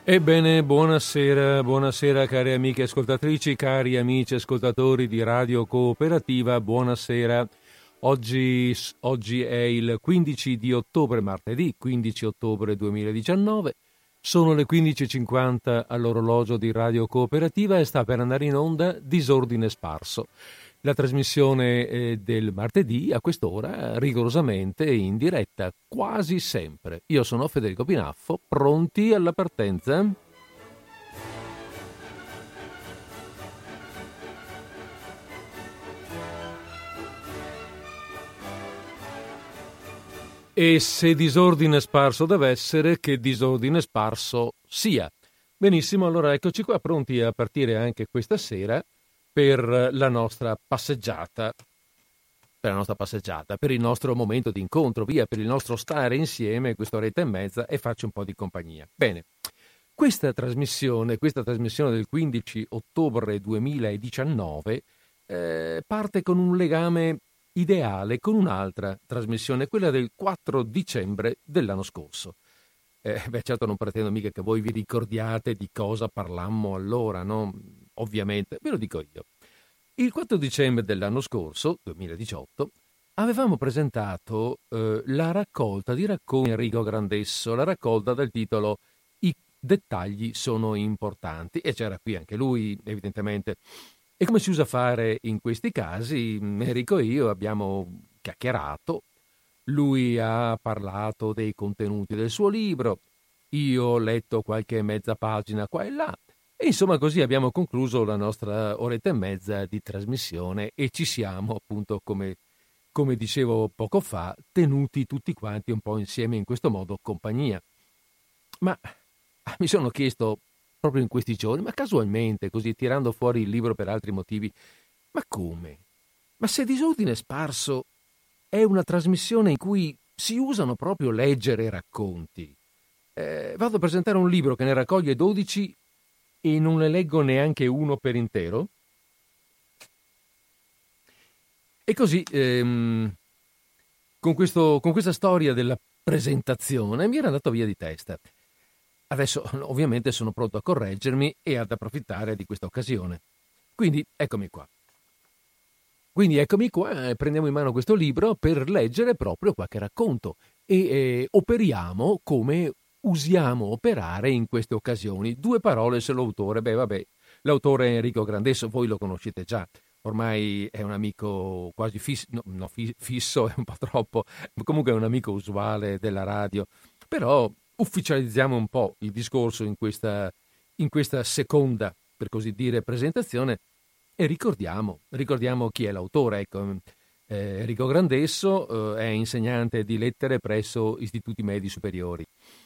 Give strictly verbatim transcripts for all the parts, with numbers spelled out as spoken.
Ebbene, buonasera, buonasera cari amiche ascoltatrici, cari amici ascoltatori di Radio Cooperativa, buonasera. Oggi, oggi è il quindici di ottobre, martedì quindici ottobre duemiladiciannove, sono le quindici e cinquanta all'orologio di Radio Cooperativa e sta per andare in onda Disordine Sparso. La trasmissione eh, del martedì a quest'ora rigorosamente in diretta, quasi sempre. Io sono Federico Pinaffo, pronti alla partenza? E se disordine sparso deve essere, che disordine sparso sia. Benissimo, allora eccoci qua, pronti a partire anche questa sera per la nostra passeggiata, per la nostra passeggiata, per il nostro momento di incontro, via, per il nostro stare insieme quest'oretta e mezza e farci un po' di compagnia. Bene, questa trasmissione, questa trasmissione del quindici ottobre duemiladiciannove eh, parte con un legame ideale con un'altra trasmissione, quella del quattro dicembre dell'anno scorso. Eh, beh, certo non pretendo mica che voi vi ricordiate di cosa parlammo allora, no? Ovviamente, ve lo dico io. Il quattro dicembre dell'anno scorso, duemiladiciotto, avevamo presentato eh, la raccolta di racconti di Enrico Grandesso, la raccolta dal titolo I dettagli sono importanti, e c'era qui anche lui, evidentemente. E come si usa fare in questi casi, Enrico e io abbiamo chiacchierato, lui ha parlato dei contenuti del suo libro, io ho letto qualche mezza pagina qua e là, e insomma così abbiamo concluso la nostra oretta e mezza di trasmissione e ci siamo, appunto, come, come dicevo poco fa, tenuti tutti quanti un po' insieme in questo modo compagnia. Ma mi sono chiesto proprio in questi giorni, ma casualmente, così tirando fuori il libro per altri motivi, ma come? Ma se Disordine Sparso è una trasmissione in cui si usano proprio leggere racconti, eh, vado a presentare un libro che ne raccoglie dodici e non ne leggo neanche uno per intero? E così, ehm, con, questo, con questa storia della presentazione mi era andato via di testa. Adesso ovviamente sono pronto a correggermi e ad approfittare di questa occasione. Quindi eccomi qua. Quindi eccomi qua, prendiamo in mano questo libro per leggere proprio qualche racconto e eh, operiamo come usiamo operare in queste occasioni. Due parole sull'autore. Beh, vabbè, l'autore Enrico Grandesso, voi lo conoscete già, ormai è un amico quasi fisso, no, no, fisso è un po' troppo, comunque è un amico usuale della radio, però ufficializziamo un po' il discorso in questa, in questa seconda, per così dire, presentazione e ricordiamo, ricordiamo chi è l'autore. Ecco, eh, Enrico Grandesso eh, è insegnante di lettere presso istituti medi superiori.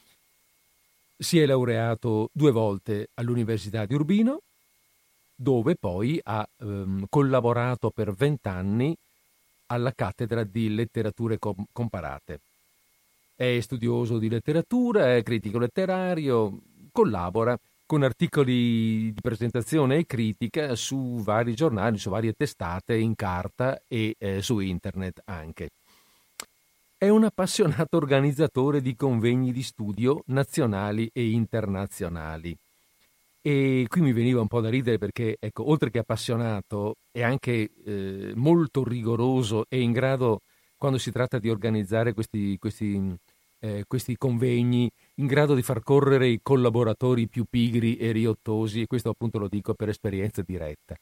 Si è laureato due volte all'Università di Urbino, dove poi ha ehm, collaborato per vent'anni alla cattedra di letterature com- comparate. È studioso di letteratura, è critico letterario, collabora con articoli di presentazione e critica su vari giornali, su varie testate in carta e eh, su internet anche. È un appassionato organizzatore di convegni di studio nazionali e internazionali. E qui mi veniva un po' da ridere perché, ecco, oltre che appassionato, è anche eh, molto rigoroso e in grado, quando si tratta di organizzare questi, questi, eh, questi convegni, in grado di far correre i collaboratori più pigri e riottosi, e questo appunto lo dico per esperienza diretta.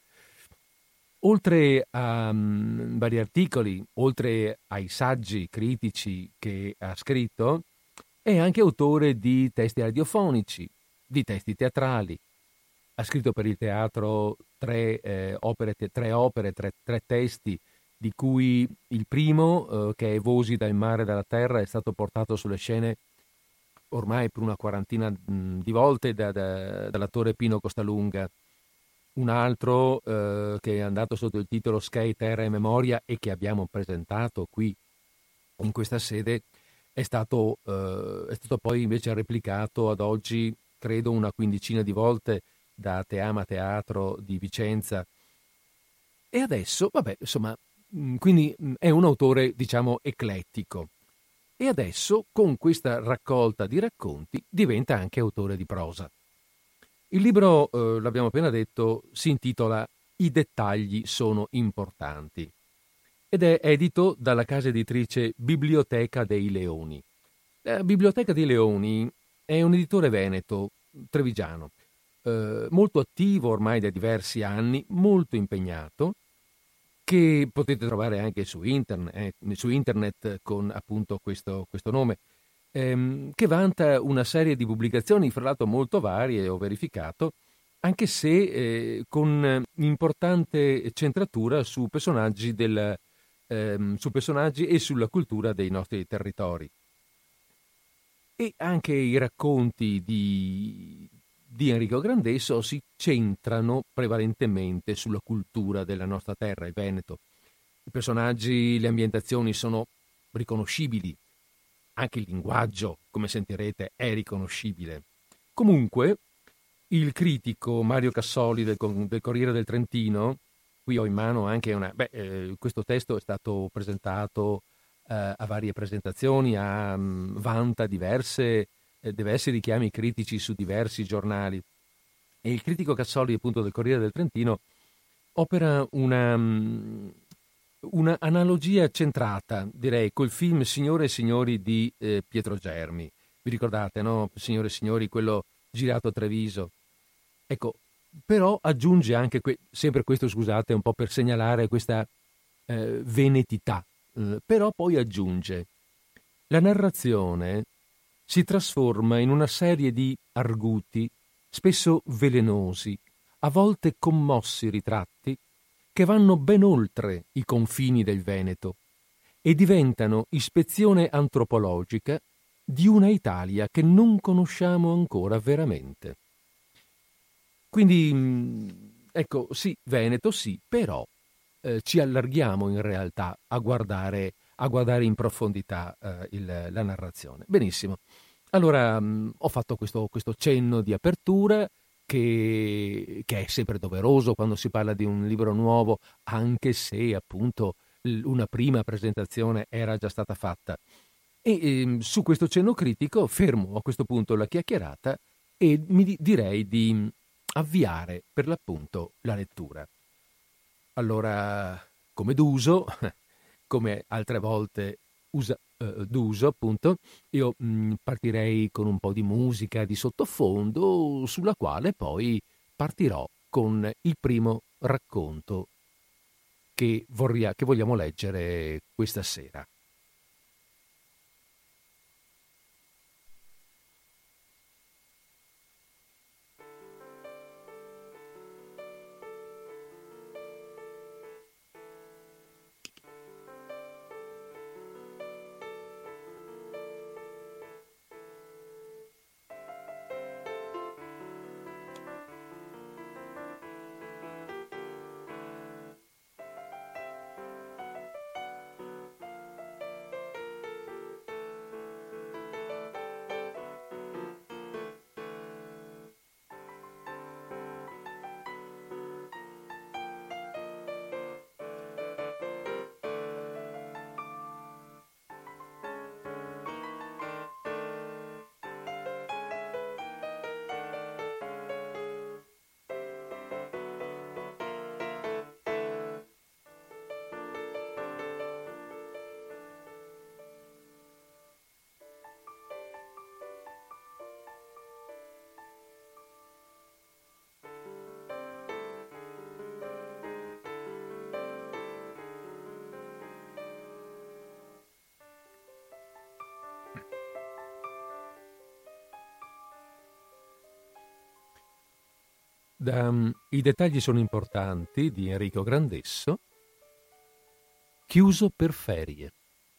Oltre a um, vari articoli, oltre ai saggi critici che ha scritto, è anche autore di testi radiofonici, di testi teatrali. Ha scritto per il teatro tre eh, opere, tre, opere tre, tre testi, di cui il primo, eh, che è Vosi dal mare e dalla terra, è stato portato sulle scene ormai per una quarantina mh, di volte da, da, dall'attore Pino Costalunga. Un altro eh, che è andato sotto il titolo Sky, Terra e Memoria e che abbiamo presentato qui in questa sede è stato, eh, è stato poi invece replicato ad oggi credo una quindicina di volte da Teama Teatro di Vicenza. E adesso, vabbè, insomma, quindi è un autore, diciamo, eclettico. E adesso, con questa raccolta di racconti, diventa anche autore di prosa. Il libro, eh, l'abbiamo appena detto, si intitola I dettagli sono importanti ed è edito dalla casa editrice Biblioteca dei Leoni. La Biblioteca dei Leoni è un editore veneto, trevigiano, eh, molto attivo ormai da diversi anni, molto impegnato, che potete trovare anche su internet, eh, su internet con appunto questo, questo nome, ehm, che vanta una serie di pubblicazioni, fra l'altro molto varie, ho verificato, anche se eh, con importante centratura su personaggi, del, ehm, su personaggi e sulla cultura dei nostri territori. E anche i racconti di, di Enrico Grandesso si centrano prevalentemente sulla cultura della nostra terra, il Veneto. I personaggi, le ambientazioni sono riconoscibili, anche il linguaggio, come sentirete, è riconoscibile. Comunque, il critico Mario Cassoli del, del Corriere del Trentino, qui ho in mano anche una... Beh, eh, questo testo è stato presentato eh, a varie presentazioni, a, um, vanta diverse, eh, diversi richiami critici su diversi giornali. E il critico Cassoli, appunto, del Corriere del Trentino, opera una... Um, una analogia centrata, direi, col film Signore e Signori di eh, Pietro Germi. Vi ricordate, no? Signore e Signori, quello girato a Treviso. Ecco, però aggiunge anche, que- sempre questo, scusate, un po' per segnalare questa eh, venetità, eh, però poi aggiunge: la narrazione si trasforma in una serie di arguti, spesso velenosi, a volte commossi ritratti, che vanno ben oltre i confini del Veneto e diventano ispezione antropologica di una Italia che non conosciamo ancora veramente. Quindi, ecco, sì, Veneto sì, però eh, ci allarghiamo in realtà a guardare, a guardare in profondità eh, il, la narrazione. Benissimo. Allora, mh, ho fatto questo, questo cenno di apertura, Che, che è sempre doveroso quando si parla di un libro nuovo, anche se appunto una prima presentazione era già stata fatta. E eh, su questo cenno critico fermo a questo punto la chiacchierata e mi di- direi di avviare per l'appunto la lettura. Allora, come d'uso, come altre volte usa, eh, d'uso appunto, io mh, partirei con un po' di musica di sottofondo, sulla quale poi partirò con il primo racconto che, vorria, che vogliamo leggere questa sera. Da, um, I dettagli sono importanti di Enrico Grandesso, chiuso per ferie.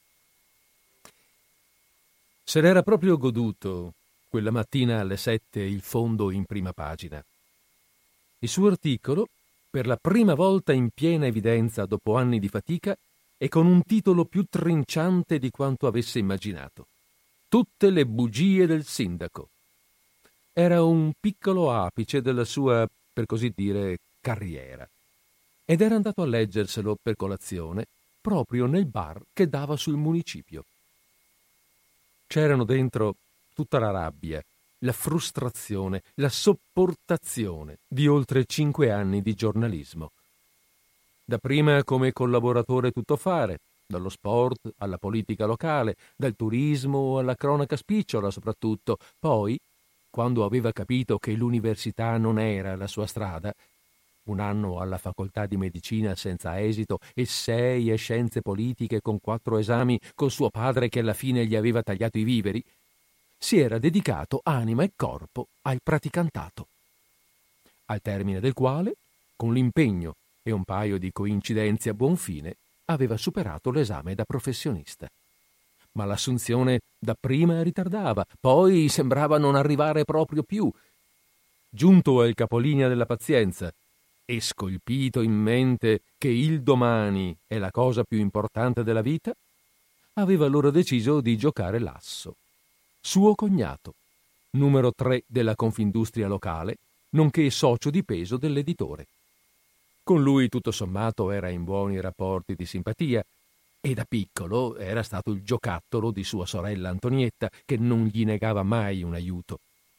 Se l'era proprio goduto quella mattina alle sette il fondo in prima pagina. Il suo articolo, per la prima volta in piena evidenza dopo anni di fatica, e con un titolo più trinciante di quanto avesse immaginato: Tutte le bugie del sindaco. Era un piccolo apice della sua, per così dire, carriera, ed era andato a leggerselo per colazione proprio nel bar che dava sul municipio. C'erano dentro tutta la rabbia, la frustrazione, la sopportazione di oltre cinque anni di giornalismo. Dapprima come collaboratore tuttofare, dallo sport alla politica locale, dal turismo alla cronaca spicciola soprattutto. Poi, quando aveva capito che l'università non era la sua strada, un anno alla facoltà di medicina senza esito e sei a scienze politiche con quattro esami con suo padre che alla fine gli aveva tagliato i viveri, si era dedicato anima e corpo al praticantato, al termine del quale, con l'impegno e un paio di coincidenze a buon fine, aveva superato l'esame da professionista. Ma l'assunzione dapprima ritardava, poi sembrava non arrivare proprio più. Giunto al capolinea della pazienza e scolpito in mente che il domani è la cosa più importante della vita, aveva allora deciso di giocare l'asso. Suo cognato, numero tre della Confindustria locale, nonché socio di peso dell'editore. Con lui tutto sommato era in buoni rapporti di simpatia e da piccolo era stato il giocattolo di sua sorella Antonietta, che non gli negava mai un aiuto.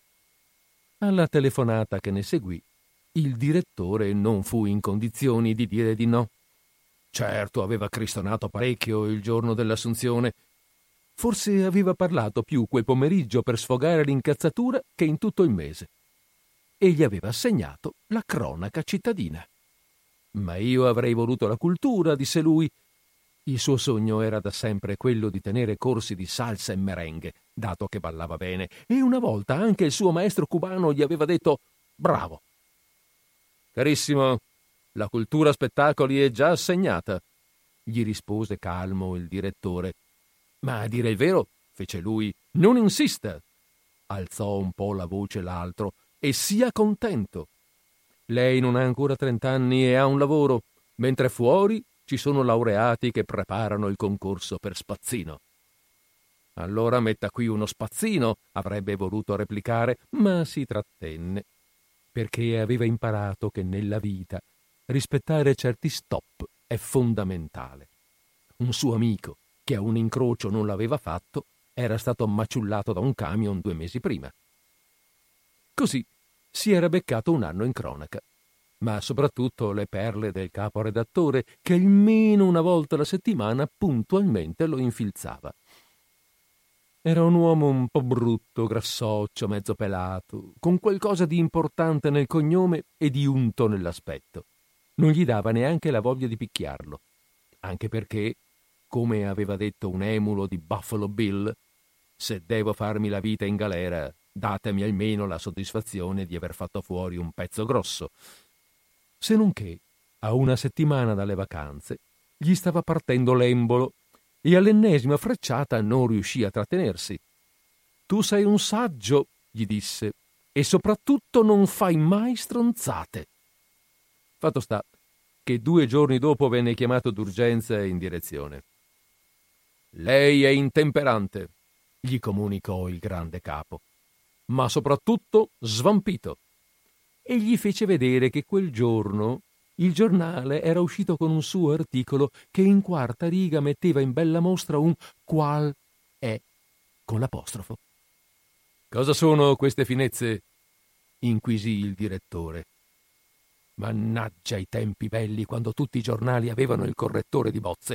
Alla telefonata che ne seguì, il direttore non fu in condizioni di dire di no. Certo, aveva cristonato parecchio il giorno dell'assunzione. Forse aveva parlato più quel pomeriggio per sfogare l'incazzatura che in tutto il mese. E gli aveva assegnato la cronaca cittadina. Ma io avrei voluto la cultura, disse lui. Il suo sogno era da sempre quello di tenere corsi di salsa e merengue, dato che ballava bene, e una volta anche il suo maestro cubano gli aveva detto «Bravo». «Carissimo, la cultura spettacoli è già assegnata», gli rispose calmo il direttore. «Ma a dire il vero», fece lui, «non insista». Alzò un po' la voce l'altro. «E sia contento. Lei non ha ancora trent'anni e ha un lavoro, mentre fuori ci sono laureati che preparano il concorso per spazzino». «Allora metta qui uno spazzino», avrebbe voluto replicare, ma si trattenne, perché aveva imparato che nella vita rispettare certi stop è fondamentale. Un suo amico, che a un incrocio non l'aveva fatto, era stato maciullato da un camion due mesi prima. Così si era beccato un anno in cronaca, ma soprattutto le perle del caporedattore, che almeno una volta alla settimana puntualmente lo infilzava. Era un uomo un po' brutto, grassoccio, mezzo pelato, con qualcosa di importante nel cognome e di unto nell'aspetto. Non gli dava neanche la voglia di picchiarlo, anche perché, come aveva detto un emulo di Buffalo Bill, se devo farmi la vita in galera, datemi almeno la soddisfazione di aver fatto fuori un pezzo grosso. Se non che, a una settimana dalle vacanze, gli stava partendo l'embolo e all'ennesima frecciata non riuscì a trattenersi. «Tu sei un saggio», gli disse, «e soprattutto non fai mai stronzate». Fatto sta che due giorni dopo venne chiamato d'urgenza in direzione. «Lei è intemperante», gli comunicò il grande capo, «ma soprattutto svampito». E gli fece vedere che quel giorno il giornale era uscito con un suo articolo che in quarta riga metteva in bella mostra un «qual è» con l'apostrofo. «Cosa sono queste finezze?» inquisì il direttore. Mannaggia i tempi belli quando tutti i giornali avevano il correttore di bozze.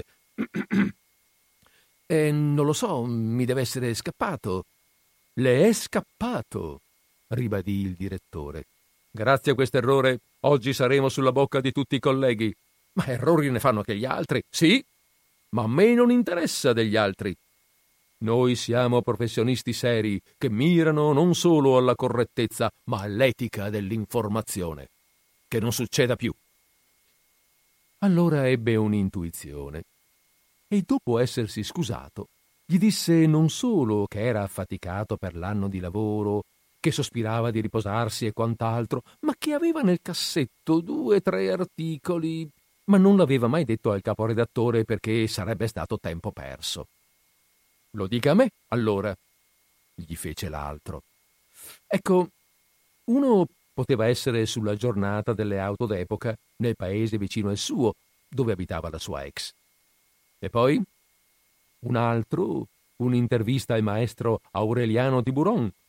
«E non lo so, mi deve essere scappato». «Le è scappato», ribadì il direttore. «Grazie a questo errore oggi saremo sulla bocca di tutti i colleghi». «Ma errori ne fanno anche gli altri». «Sì, ma a me non interessa degli altri. Noi siamo professionisti seri che mirano non solo alla correttezza, ma all'etica dell'informazione. Che non succeda più». Allora ebbe un'intuizione e dopo essersi scusato gli disse non solo che era affaticato per l'anno di lavoro, che sospirava di riposarsi e quant'altro, ma che aveva nel cassetto due o tre articoli, ma non l'aveva mai detto al caporedattore perché sarebbe stato tempo perso. «Lo dica a me, allora», gli fece l'altro. Ecco, uno poteva essere sulla giornata delle auto d'epoca nel paese vicino al suo, dove abitava la sua ex. E poi un altro, un'intervista al maestro Aureliano Tiburon,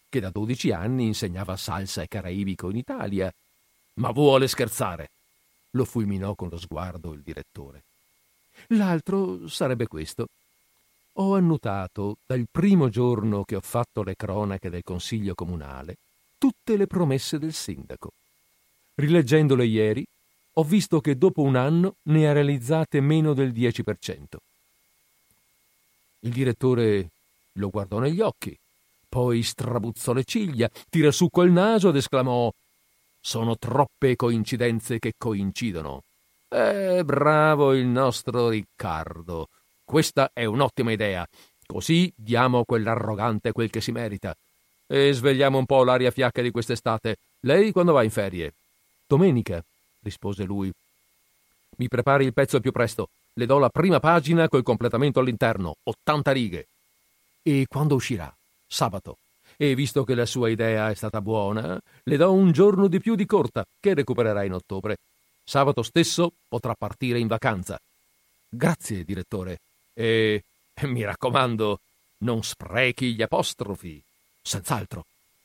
che da dodici anni insegnava salsa e caraibico in Italia. Ma vuole scherzare? Lo fulminò con lo sguardo il direttore. L'altro sarebbe questo. Ho annutato, dal primo giorno che ho fatto le cronache del Consiglio Comunale, tutte le promesse del sindaco. Rileggendole ieri, ho visto che dopo un anno ne ha realizzate meno del dieci per cento. Il direttore lo guardò negli occhi, poi strabuzzò le ciglia, tirò su col naso ed esclamò: «Sono troppe coincidenze che coincidono. Eh, bravo il nostro Riccardo. Questa è un'ottima idea. Così diamo a quell'arrogante quel che si merita. E svegliamo un po' l'aria fiacca di quest'estate. Lei quando va in ferie?» «Domenica», rispose lui. «Mi prepari il pezzo più presto. Le do la prima pagina col completamento all'interno, ottanta righe». «E quando uscirà?» «Sabato. E visto che la sua idea è stata buona, le do un giorno di più di corta, che recupererà in ottobre. Sabato stesso potrà partire in vacanza». «Grazie, direttore. E mi raccomando, non sprechi gli apostrofi». «Senz'altro».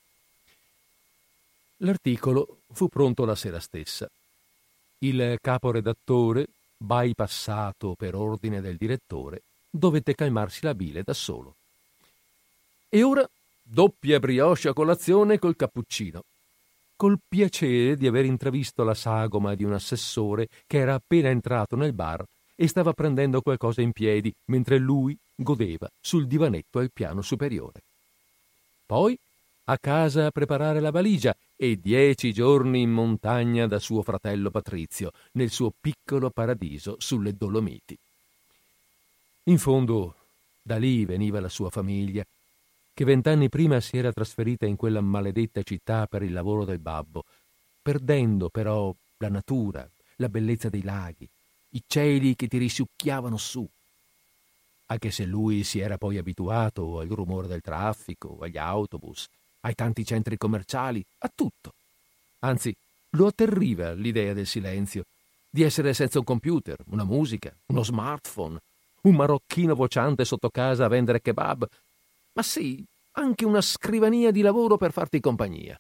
L'articolo fu pronto la sera stessa. Il caporedattore, bypassato per ordine del direttore, dovette calmarsi la bile da solo. E ora doppia brioche a colazione col cappuccino, col piacere di aver intravisto la sagoma di un assessore che era appena entrato nel bar e stava prendendo qualcosa in piedi mentre lui godeva sul divanetto al piano superiore. Poi a casa a preparare la valigia e dieci giorni in montagna da suo fratello Patrizio, nel suo piccolo paradiso sulle Dolomiti. In fondo, da lì veniva la sua famiglia, che vent'anni prima si era trasferita in quella maledetta città per il lavoro del babbo, perdendo però la natura, la bellezza dei laghi, i cieli che ti risucchiavano su. Anche se lui si era poi abituato al rumore del traffico, agli autobus, ai tanti centri commerciali, a tutto. Anzi, lo atterriva l'idea del silenzio, di essere senza un computer, una musica, uno smartphone, un marocchino vociante sotto casa a vendere kebab, ma sì, anche una scrivania di lavoro per farti compagnia.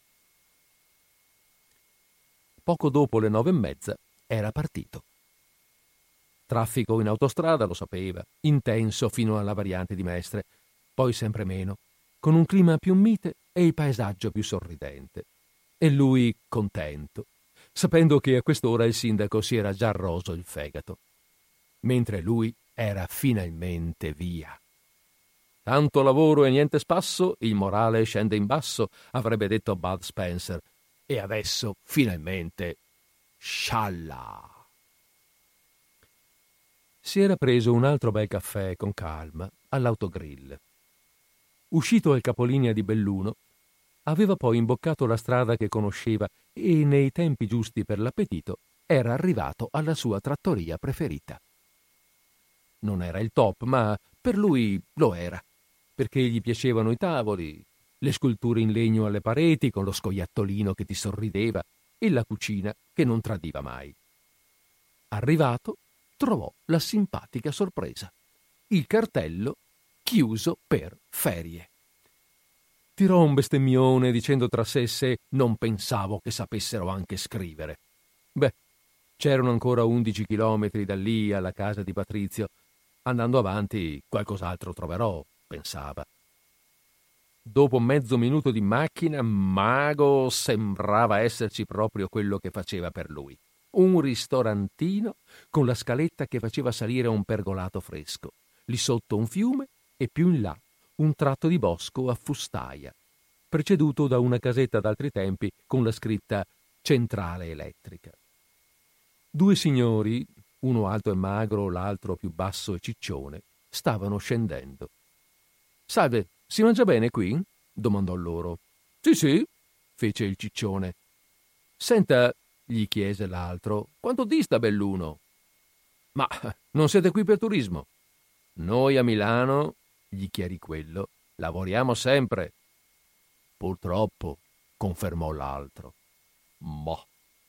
Poco dopo le nove e mezza era partito. Traffico in autostrada, lo sapeva, intenso fino alla variante di Mestre, poi sempre meno, con un clima più mite e il paesaggio più sorridente. E lui contento, sapendo che a quest'ora il sindaco si era già roso il fegato, mentre lui era finalmente via. Tanto lavoro e niente spasso, il morale scende in basso, avrebbe detto Bud Spencer. E adesso, finalmente, scialla! Si era preso un altro bel caffè con calma all'autogrill. Uscito al capolinea di Belluno, aveva poi imboccato la strada che conosceva e, nei tempi giusti per l'appetito, era arrivato alla sua trattoria preferita. Non era il top, ma per lui lo era, perché gli piacevano i tavoli, le sculture in legno alle pareti con lo scoiattolino che ti sorrideva e la cucina che non tradiva mai. Arrivato, trovò la simpatica sorpresa: il cartello chiuso per ferie. Tirò un bestemmione dicendo tra sé e sé: non pensavo che sapessero anche scrivere. Beh, c'erano ancora undici chilometri da lì alla casa di Patrizio. Andando avanti qualcos'altro troverò, pensava. Dopo mezzo minuto di macchina, Mago sembrava esserci proprio quello che faceva per lui. Un ristorantino con la scaletta che faceva salire a un pergolato fresco, lì sotto un fiume e più in là un tratto di bosco a fustaia, preceduto da una casetta d'altri tempi con la scritta Centrale Elettrica. Due signori, uno alto e magro, l'altro più basso e ciccione, stavano scendendo. «Salve, si mangia bene qui?» domandò loro. «Sì, sì», fece il ciccione. «Senta», gli chiese l'altro, «quanto dista Belluno?» «Ma non siete qui per turismo?» «Noi a Milano», gli chiarì quello, «lavoriamo sempre». «Purtroppo», confermò l'altro. «Boh».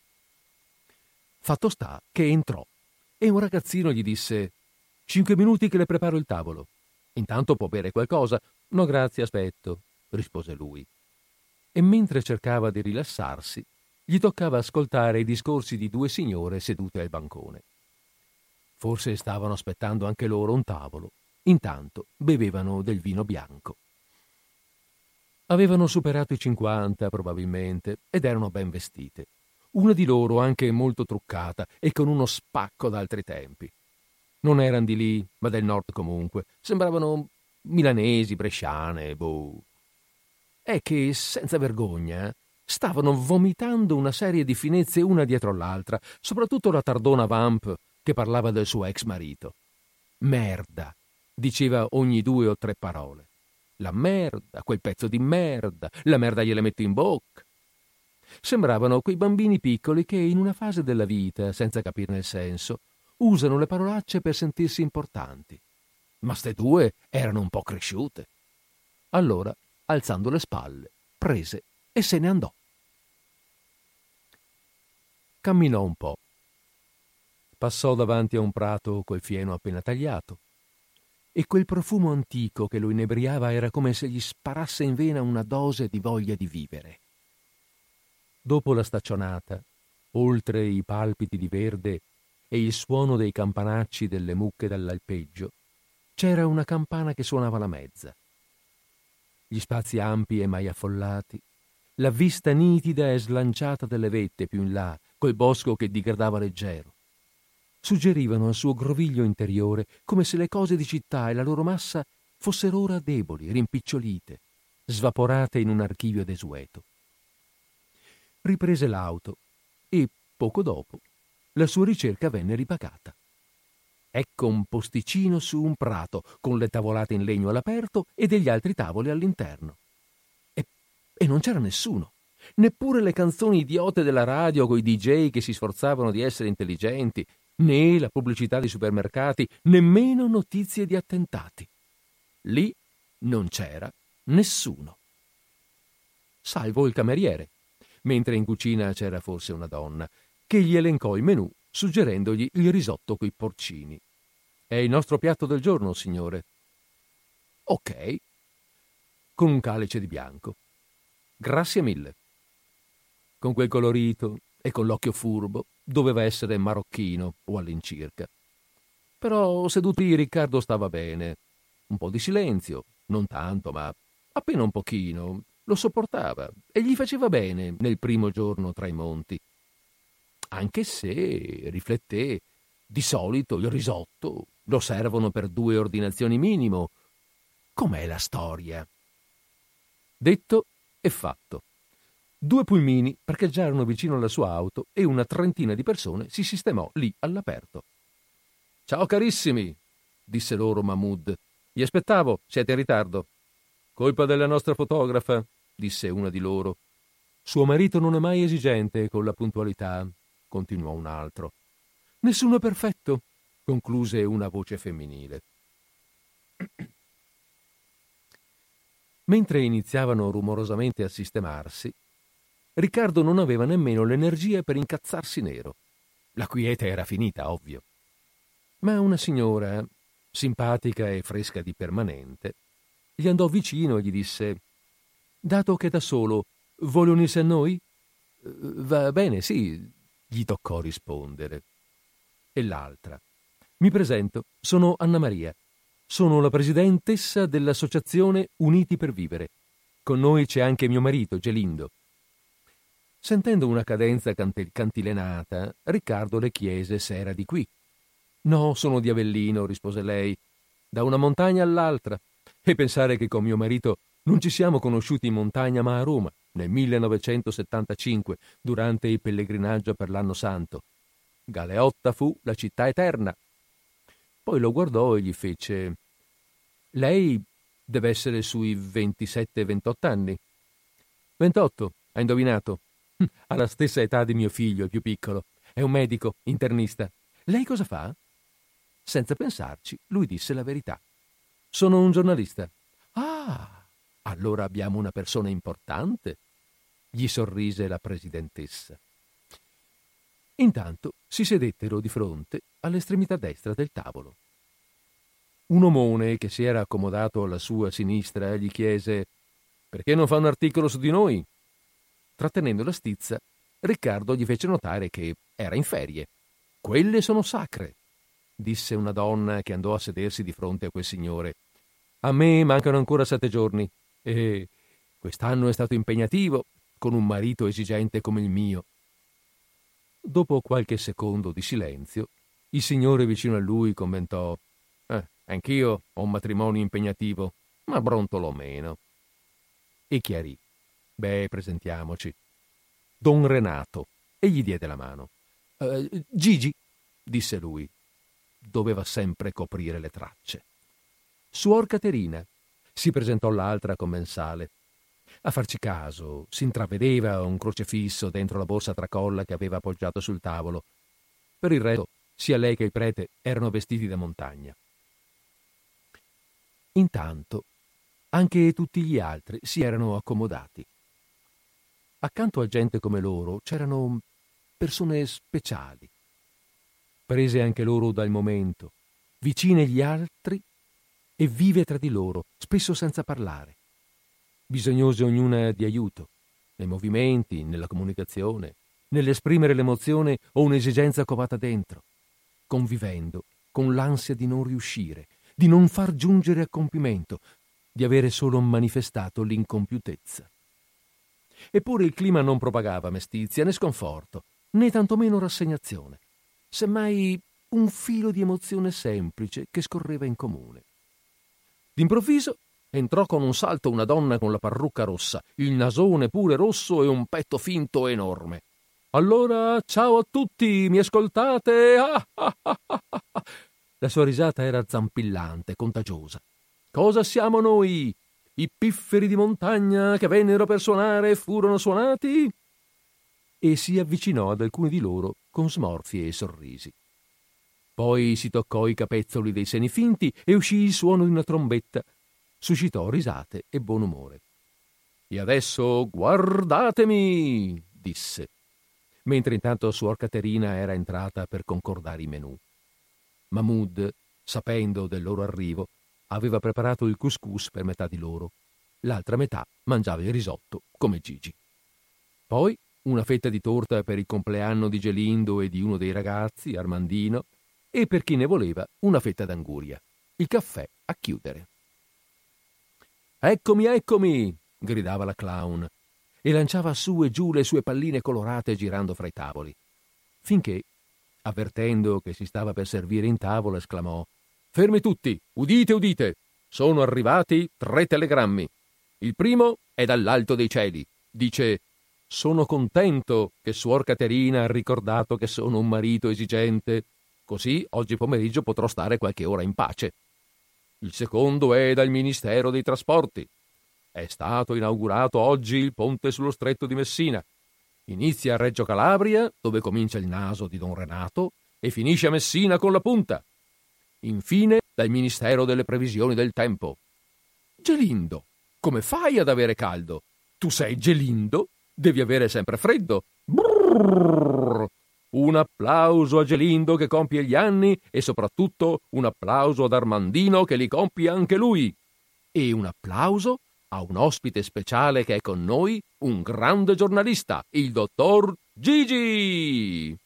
Fatto sta che entrò e un ragazzino gli disse: «Cinque minuti che le preparo il tavolo. Intanto può bere qualcosa». «No, grazie, aspetto», rispose lui. e mentre cercava di rilassarsi, gli toccava ascoltare i discorsi di due signore sedute al bancone. Forse stavano aspettando anche loro un tavolo. Intanto bevevano del vino bianco. Avevano superato i cinquanta, probabilmente, ed erano ben vestite. Una di loro anche molto truccata e con uno spacco d'altri tempi. Non erano di lì, ma del nord comunque. Sembravano milanesi, bresciane, boh. È che, senza vergogna, stavano vomitando una serie di finezze una dietro l'altra, soprattutto la tardona Vamp, che parlava del suo ex marito. Merda, diceva ogni due o tre parole. La merda, quel pezzo di merda, la merda gliela metto in bocca. Sembravano quei bambini piccoli che in una fase della vita, senza capirne il senso, usano le parolacce per sentirsi importanti. Ma ste due erano un po' cresciute. Allora, alzando le spalle, prese e se ne andò. Camminò un po'. Passò davanti a un prato col fieno appena tagliato e quel profumo antico che lo inebriava era come se gli sparasse in vena una dose di voglia di vivere. Dopo la staccionata, oltre i palpiti di verde e il suono dei campanacci delle mucche dall'alpeggio, c'era una campana che suonava la mezza. Gli spazi ampi e mai affollati, la vista nitida e slanciata delle vette più in là, col bosco che digradava leggero, suggerivano al suo groviglio interiore come se le cose di città e la loro massa fossero ora deboli, rimpicciolite, svaporate in un archivio desueto. Riprese l'auto e, poco dopo, la sua ricerca venne ripagata. Ecco un posticino su un prato, con le tavolate in legno all'aperto e degli altri tavoli all'interno. E, e non c'era nessuno. Neppure le canzoni idiote della radio coi D J che si sforzavano di essere intelligenti, né la pubblicità di supermercati, nemmeno notizie di attentati. Lì non c'era nessuno. Salvo il cameriere, mentre in cucina c'era forse una donna, che gli elencò il menù suggerendogli il risotto coi porcini. È il nostro piatto del giorno, signore. Ok. Con un calice di bianco. Grazie mille. Con quel colorito e con l'occhio furbo doveva essere marocchino o all'incirca. Però seduto lì Riccardo stava bene. Un po' di silenzio, non tanto, ma appena un pochino. Lo sopportava e gli faceva bene nel primo giorno tra i monti. Anche se, rifletté, di solito il risotto lo servono per due ordinazioni minimo. Com'è la storia? Detto e fatto. Due pulmini parcheggiarono vicino alla sua auto e una trentina di persone si sistemò lì all'aperto. «Ciao carissimi», disse loro Mahmood. «Vi aspettavo, siete in ritardo». «Colpa della nostra fotografa», disse una di loro. «Suo marito non è mai esigente con la puntualità», continuò un altro. «Nessuno è perfetto», concluse una voce femminile. Mentre iniziavano rumorosamente a sistemarsi, Riccardo non aveva nemmeno l'energia per incazzarsi nero. La quiete era finita, ovvio. Ma una signora, simpatica e fresca di permanente, gli andò vicino e gli disse: «Dato che è da solo, vuole unirsi a noi?» «Va bene, sì», gli toccò rispondere. E l'altra: «Mi presento, sono Anna Maria. Sono la presidentessa dell'associazione Uniti per Vivere. Con noi c'è anche mio marito, Gelindo». Sentendo una cadenza cant- cantilenata, Riccardo le chiese se era di qui. «No, sono di Avellino», rispose lei, «da una montagna all'altra. E pensare che con mio marito non ci siamo conosciuti in montagna ma a Roma, nel millenovecentosettantacinque, durante il pellegrinaggio per l'Anno Santo. Galeotta fu la città eterna». Poi lo guardò e gli fece: «Lei deve essere sui ventisette ventotto anni». «ventotto, ha indovinato. Ha la stessa età di mio figlio, il più piccolo. È un medico, internista. Lei cosa fa?» Senza pensarci, lui disse la verità. «Sono un giornalista». «Ah, allora abbiamo una persona importante», gli sorrise la presidentessa. Intanto si sedettero di fronte all'estremità destra del tavolo. Un omone che si era accomodato alla sua sinistra gli chiese: «Perché non fa un articolo su di noi? trattenendo la stizza, Riccardo gli fece notare che era in ferie. «Quelle sono sacre», disse una donna che andò a sedersi di fronte a quel signore. «A me mancano ancora sette giorni e quest'anno è stato impegnativo con un marito esigente come il mio». Dopo qualche secondo di silenzio, il signore vicino a lui commentò: eh, «Anch'io ho un matrimonio impegnativo, ma brontolo meno». E chiarì: «Beh, presentiamoci. Don Renato», e gli diede la mano. «Eh, Gigi», disse lui. Doveva sempre coprire le tracce. «Suor Caterina», si presentò l'altra commensale. A farci caso, si intravedeva un crocefisso dentro la borsa tracolla che aveva appoggiato sul tavolo. Per il resto, sia lei che il prete erano vestiti da montagna. Intanto, anche tutti gli altri si erano accomodati. Accanto a gente come loro c'erano persone speciali, prese anche loro dal momento, vicine agli altri e vive tra di loro, spesso senza parlare, bisognose ognuna di aiuto, nei movimenti, nella comunicazione, nell'esprimere l'emozione o un'esigenza covata dentro, convivendo con l'ansia di non riuscire, di non far giungere a compimento, di avere solo manifestato l'incompiutezza. Eppure il clima non propagava mestizia né sconforto, né tantomeno rassegnazione, semmai un filo di emozione semplice che scorreva in comune. D'improvviso entrò con un salto una donna con la parrucca rossa, il nasone pure rosso e un petto finto enorme. «Allora, ciao a tutti, mi ascoltate?» Ah, ah, ah, ah, ah. La sua risata era zampillante, contagiosa. «Cosa siamo noi? I pifferi di montagna che vennero per suonare e furono suonati?» E si avvicinò ad alcuni di loro con smorfie e sorrisi. Poi si toccò i capezzoli dei seni finti e uscì il suono di una trombetta. Suscitò risate e buon umore. «E adesso guardatemi!» disse, mentre intanto suor Caterina era entrata per concordare i menù. Mahmud, sapendo del loro arrivo, aveva preparato il couscous per metà di loro. L'altra metà mangiava il risotto, come Gigi. Poi una fetta di torta per il compleanno di Gelindo e di uno dei ragazzi, Armandino, e per chi ne voleva una fetta d'anguria. Il caffè a chiudere. «Eccomi, eccomi!» gridava la clown e lanciava su e giù le sue palline colorate girando fra i tavoli, finché, avvertendo che si stava per servire in tavola, esclamò: «Fermi tutti! Udite, udite! Sono arrivati tre telegrammi. Il primo è dall'alto dei cieli. Dice: sono contento che suor Caterina ha ricordato che sono un marito esigente, così oggi pomeriggio potrò stare qualche ora in pace. Il secondo è dal Ministero dei Trasporti. È stato inaugurato oggi il ponte sullo stretto di Messina. Inizia a Reggio Calabria, dove comincia il naso di Don Renato, e finisce a Messina con la punta. Infine, dal Ministero delle Previsioni del Tempo. Gelindo, come fai ad avere caldo? Tu sei Gelindo? Devi avere sempre freddo. Brrr. Un applauso a Gelindo che compie gli anni e soprattutto un applauso ad Armandino che li compie anche lui. E un applauso a un ospite speciale che è con noi, un grande giornalista, il dottor Gigi.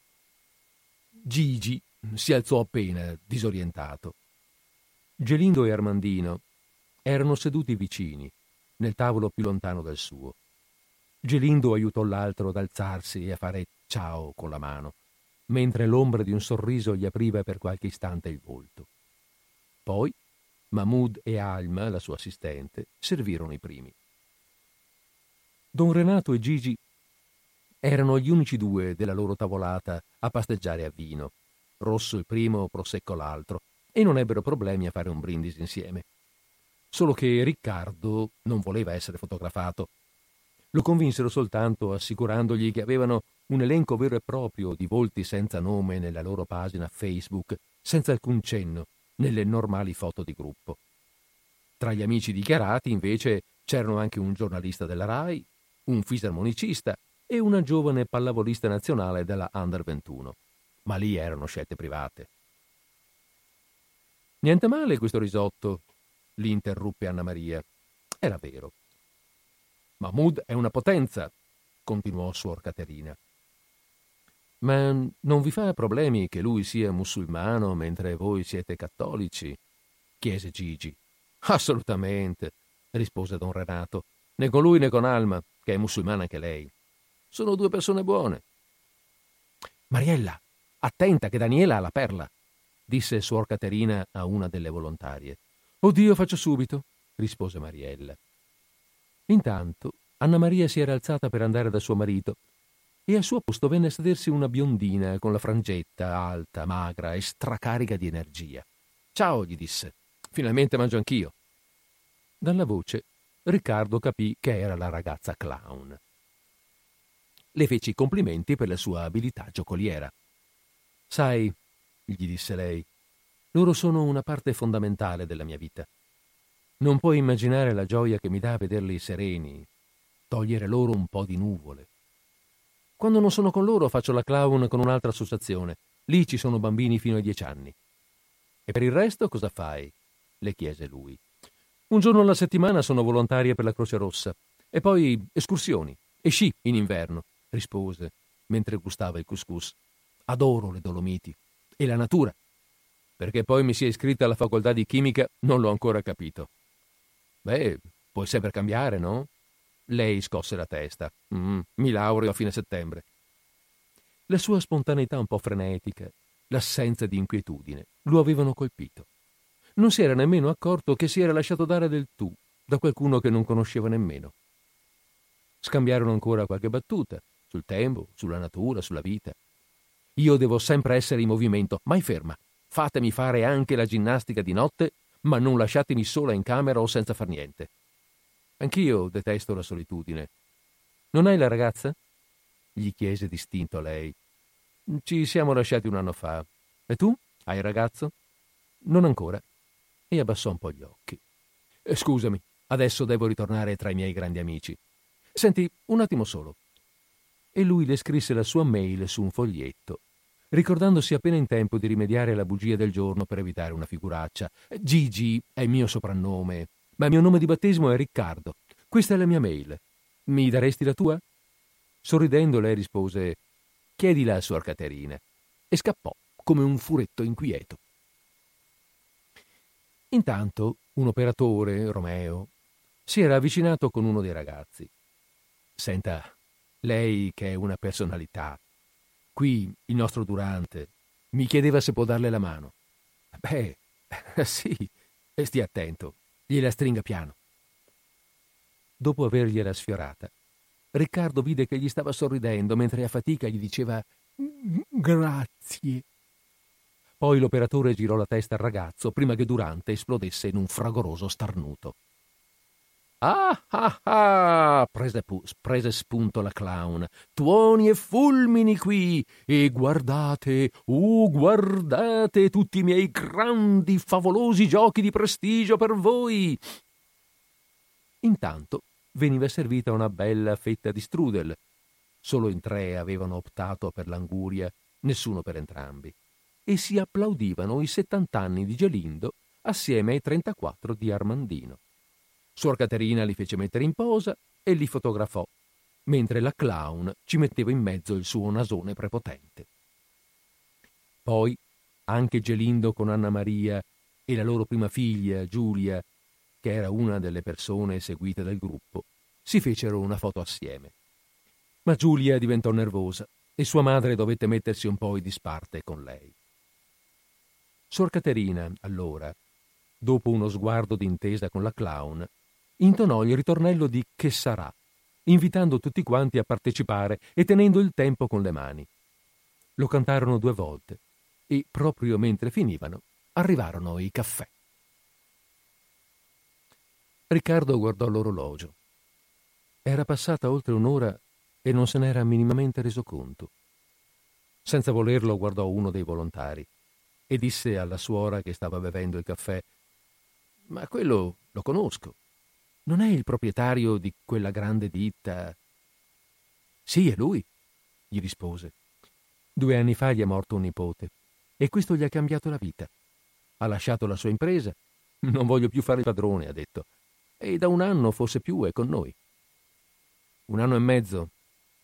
Gigi si alzò appena, disorientato. Gelindo e Armandino erano seduti vicini, nel tavolo più lontano del suo. Gelindo aiutò l'altro ad alzarsi e a fare ciao con la mano, mentre l'ombra di un sorriso gli apriva per qualche istante il volto. Poi Mahmud e Alma, la sua assistente, servirono i primi. Don Renato e Gigi erano gli unici due della loro tavolata a pasteggiare a vino, rosso il primo, prosecco l'altro, e non ebbero problemi a fare un brindisi insieme. Solo che Riccardo non voleva essere fotografato. Lo convinsero soltanto assicurandogli che avevano un elenco vero e proprio di volti senza nome nella loro pagina Facebook, senza alcun cenno nelle normali foto di gruppo. Tra gli amici dichiarati, invece, c'erano anche un giornalista della Rai, un fisarmonicista e una giovane pallavolista nazionale della Under ventuno. Ma lì erano scelte private. «Niente male questo risotto», li interruppe Anna Maria. Era vero. «Mahmud è una potenza. continuò suor Caterina. Ma non vi fa problemi che lui sia musulmano mentre voi siete cattolici? Chiese Gigi. Assolutamente, rispose don Renato, né con lui né con Alma, che è musulmana anche lei. Sono due persone buone. Mariella, attenta che Daniela ha la perla, disse suor Caterina a una delle volontarie. Oddio, faccio subito, rispose Mariella. Intanto Anna Maria si era alzata per andare da suo marito e al suo posto venne a sedersi una biondina con la frangetta alta, magra e stracarica di energia. Ciao, gli disse. Finalmente mangio anch'io. Dalla voce Riccardo capì che era la ragazza clown. Le fece i complimenti per la sua abilità giocoliera. Sai, gli disse lei, loro sono una parte fondamentale della mia vita. Non puoi immaginare la gioia che mi dà vederli sereni, togliere loro un po' di nuvole. Quando non sono con loro faccio la clown con un'altra associazione. Lì ci sono bambini fino ai dieci anni. E per il resto cosa fai? Le chiese lui. Un giorno alla settimana sono volontaria per la Croce Rossa e poi escursioni e sci in inverno, rispose mentre gustava il couscous. Adoro le Dolomiti e la natura. Perché poi mi sia iscritta alla facoltà di chimica non l'ho ancora capito. Beh, puoi sempre cambiare, no? Lei scosse la testa. Mm, mi laureo a fine settembre. La sua spontaneità un po' frenetica, l'assenza di inquietudine, lo avevano colpito. Non si era nemmeno accorto che si era lasciato dare del tu da qualcuno che non conosceva nemmeno. Scambiarono ancora qualche battuta sul tempo, sulla natura, sulla vita. Io devo sempre essere in movimento, mai ferma. Fatemi fare anche la ginnastica di notte, ma non lasciatemi sola in camera o senza far niente. Anch'io detesto la solitudine. Non hai la ragazza? Gli chiese distinto lei. Ci siamo lasciati un anno fa. E tu? Hai ragazzo? Non ancora. E abbassò un po' gli occhi. Eh, scusami, adesso devo ritornare tra i miei grandi amici. Senti, un attimo solo. E lui le scrisse la sua mail su un foglietto, ricordandosi appena in tempo di rimediare alla bugia del giorno per evitare una figuraccia. Gigi è il mio soprannome, ma il mio nome di battesimo è Riccardo. Questa è la mia mail. Mi daresti la tua? Sorridendo lei rispose: chiedila a suor Caterina. E scappò come un furetto inquieto. Intanto un operatore, Romeo, si era avvicinato con uno dei ragazzi. Senta, lei che è una personalità, qui il nostro Durante mi chiedeva se può darle la mano. Beh, sì, stia attento, gliela stringa piano. Dopo avergliela sfiorata, Riccardo vide che gli stava sorridendo mentre a fatica gli diceva grazie. Poi l'operatore girò la testa al ragazzo prima che Durante esplodesse in un fragoroso starnuto. Ah ah ah! Prese, pu- prese spunto la clown. Tuoni e fulmini qui! E guardate, oh guardate tutti i miei grandi, favolosi giochi di prestigio per voi! Intanto veniva servita una bella fetta di strudel. Solo in tre avevano optato per l'anguria, nessuno per entrambi. E si applaudivano i settant'anni di Gelindo assieme ai trentaquattro di Armandino. Suor Caterina li fece mettere in posa e li fotografò, mentre la clown ci metteva in mezzo il suo nasone prepotente. Poi anche Gelindo con Anna Maria e la loro prima figlia, Giulia, che era una delle persone seguite dal gruppo, si fecero una foto assieme. Ma Giulia diventò nervosa e sua madre dovette mettersi un po' in disparte con lei. Suor Caterina, allora, dopo uno sguardo d'intesa con la clown, intonò il ritornello di Che sarà, invitando tutti quanti a partecipare e tenendo il tempo con le mani. Lo cantarono due volte e, proprio mentre finivano, arrivarono i caffè. Riccardo guardò l'orologio. Era passata oltre un'ora e non se n'era minimamente reso conto. Senza volerlo guardò uno dei volontari e disse alla suora che stava bevendo il caffè: «Ma quello lo conosco. Non è il proprietario di quella grande ditta?» «Sì, è lui», gli rispose. «Due anni fa gli è morto un nipote e questo gli ha cambiato la vita. Ha lasciato la sua impresa. Non voglio più fare il padrone», ha detto, «e da un anno, forse più, è con noi». «Un anno e mezzo?»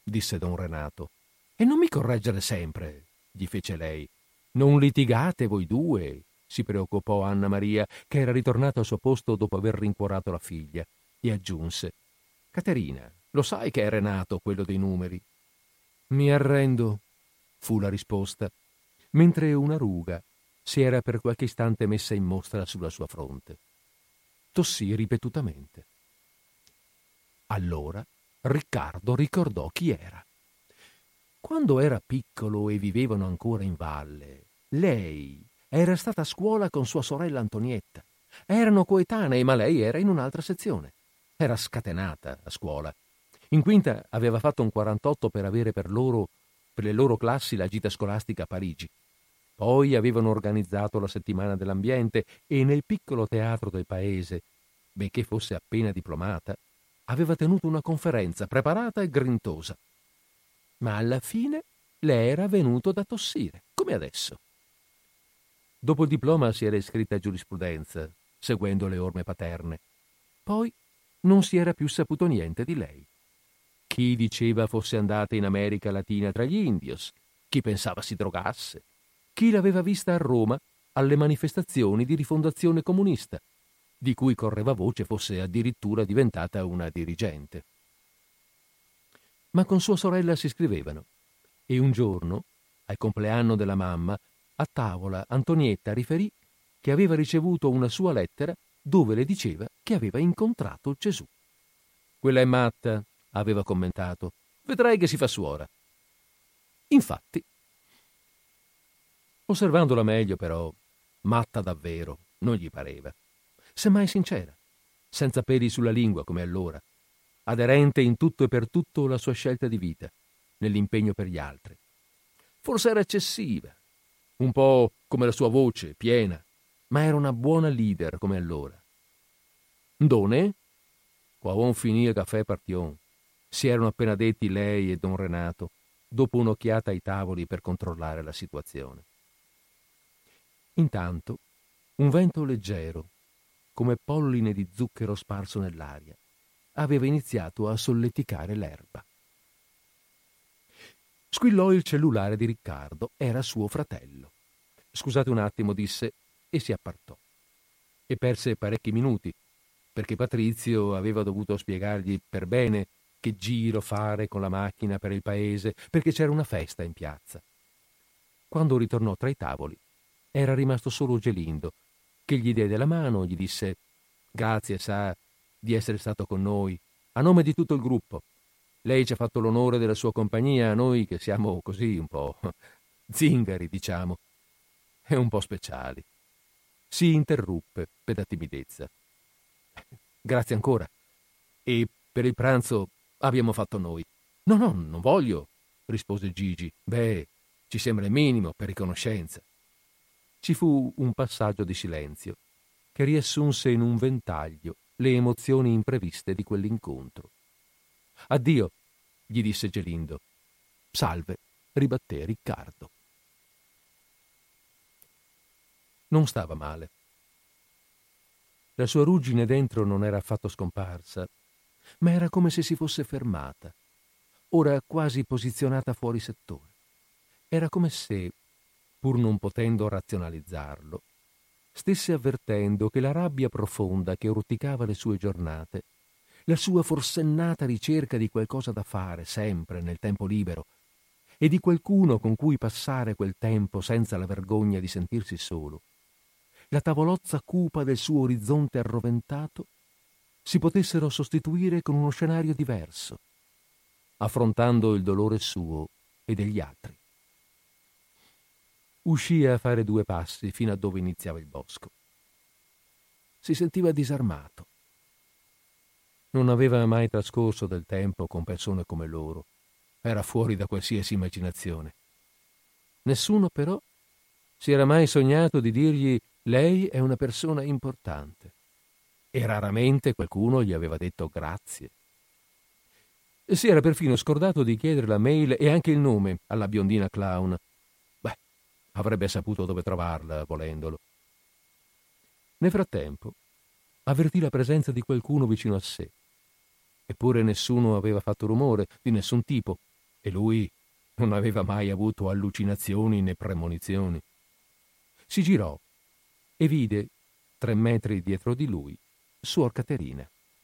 disse don Renato. E non mi correggere sempre, gli fece lei. Non litigate voi due, si preoccupò Anna Maria, che era ritornata al suo posto dopo aver rincuorato la figlia, e aggiunse: Caterina, lo sai che è Renato quello dei numeri? Mi arrendo, fu la risposta, mentre una ruga si era per qualche istante messa in mostra sulla sua fronte. Tossì ripetutamente. Allora Riccardo ricordò chi era. Quando era piccolo e vivevano ancora in valle, lei era stata a scuola con sua sorella Antonietta. Erano coetanei, ma lei era in un'altra sezione. Era scatenata a scuola. In quinta aveva fatto un quarantotto per avere per loro, per le loro classi, la gita scolastica a Parigi. Poi avevano organizzato la settimana dell'ambiente e nel piccolo teatro del paese, benché fosse appena diplomata, aveva tenuto una conferenza preparata e grintosa. Ma alla fine le era venuto da tossire, come adesso. Dopo il diploma si era iscritta a giurisprudenza, seguendo le orme paterne. Poi non si era più saputo niente di lei. Chi diceva fosse andata in America Latina tra gli indios, chi pensava si drogasse, chi l'aveva vista a Roma alle manifestazioni di rifondazione comunista, di cui correva voce fosse addirittura diventata una dirigente. Ma con sua sorella si scrivevano, e un giorno, al compleanno della mamma, a tavola Antonietta riferì che aveva ricevuto una sua lettera dove le diceva che aveva incontrato Gesù. Quella è matta, aveva commentato. Vedrai che si fa suora. Infatti, osservandola meglio però, matta davvero non gli pareva. Semmai sincera, senza peli sulla lingua come allora, aderente in tutto e per tutto alla sua scelta di vita, nell'impegno per gli altri. Forse era eccessiva, un po' come la sua voce, piena, ma era una buona leader come allora. Done? Quavon finì il caffè partion. Si erano appena detti lei e don Renato, dopo un'occhiata ai tavoli per controllare la situazione. Intanto, un vento leggero, come polline di zucchero sparso nell'aria, aveva iniziato a solleticare l'erba. Squillò il cellulare di Riccardo, era suo fratello. Scusate un attimo, disse, e si appartò. E perse parecchi minuti, perché Patrizio aveva dovuto spiegargli per bene che giro fare con la macchina per il paese, perché c'era una festa in piazza. Quando ritornò tra i tavoli, era rimasto solo Gelindo, che gli diede la mano, gli disse «Grazie, sa, di essere stato con noi, a nome di tutto il gruppo. Lei ci ha fatto l'onore della sua compagnia, a noi che siamo così un po' zingari, diciamo, e un po' speciali». Si interruppe per la timidezza. «Grazie ancora. E per il pranzo abbiamo fatto noi». «No, no, non voglio», rispose Gigi. «Beh, ci sembra il minimo per riconoscenza». Ci fu un passaggio di silenzio che riassunse in un ventaglio le emozioni impreviste di quell'incontro. «Addio», gli disse Gelindo. «Salve», ribatté Riccardo. Non stava male. La sua ruggine dentro non era affatto scomparsa, ma era come se si fosse fermata, ora quasi posizionata fuori settore. Era come se, pur non potendo razionalizzarlo, stesse avvertendo che la rabbia profonda che urticava le sue giornate, la sua forsennata ricerca di qualcosa da fare sempre nel tempo libero e di qualcuno con cui passare quel tempo senza la vergogna di sentirsi solo, la tavolozza cupa del suo orizzonte arroventato, si potessero sostituire con uno scenario diverso, affrontando il dolore suo e degli altri. Uscì a fare due passi fino a dove iniziava il bosco. Si sentiva disarmato. Non aveva mai trascorso del tempo con persone come loro. Era fuori da qualsiasi immaginazione. Nessuno, però, si era mai sognato di dirgli «lei è una persona importante». E raramente qualcuno gli aveva detto grazie. Si era perfino scordato di chiedere la mail e anche il nome alla biondina clown. Beh, avrebbe saputo dove trovarla, volendolo. Nel frattempo, avvertì la presenza di qualcuno vicino a sé. Eppure nessuno aveva fatto rumore, di nessun tipo, E lui non aveva mai avuto allucinazioni né premonizioni. Si girò e vide, tre metri dietro di lui, Suor Caterina.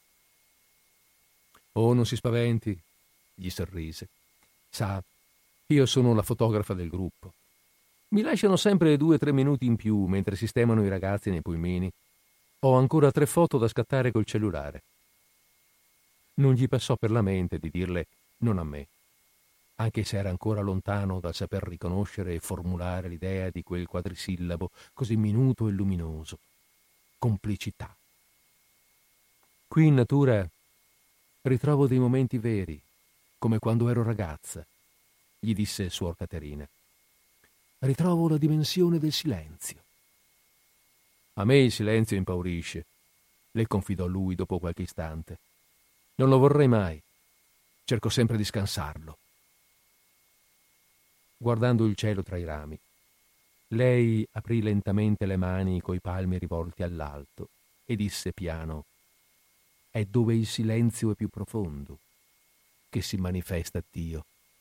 «Oh, non si spaventi», gli sorrise. «Sa, io sono la fotografa del gruppo. Mi lasciano sempre due o tre minuti in più mentre sistemano i ragazzi nei pulmini. Ho ancora tre foto da scattare col cellulare». Non gli passò per la mente di dirle «non a me», anche se era ancora lontano dal saper riconoscere e formulare l'idea di quel quadrisillabo così minuto e luminoso. Complicità. Qui in natura ritrovo dei momenti veri, come quando ero ragazza, gli disse Suor Caterina. Ritrovo la dimensione del silenzio. A me il silenzio impaurisce, le confidò lui dopo qualche istante. Non lo vorrei mai. Cerco sempre di scansarlo. Guardando il cielo tra i rami, lei aprì lentamente le mani coi palmi rivolti all'alto e disse piano: «È dove il silenzio è più profondo che si manifesta Dio».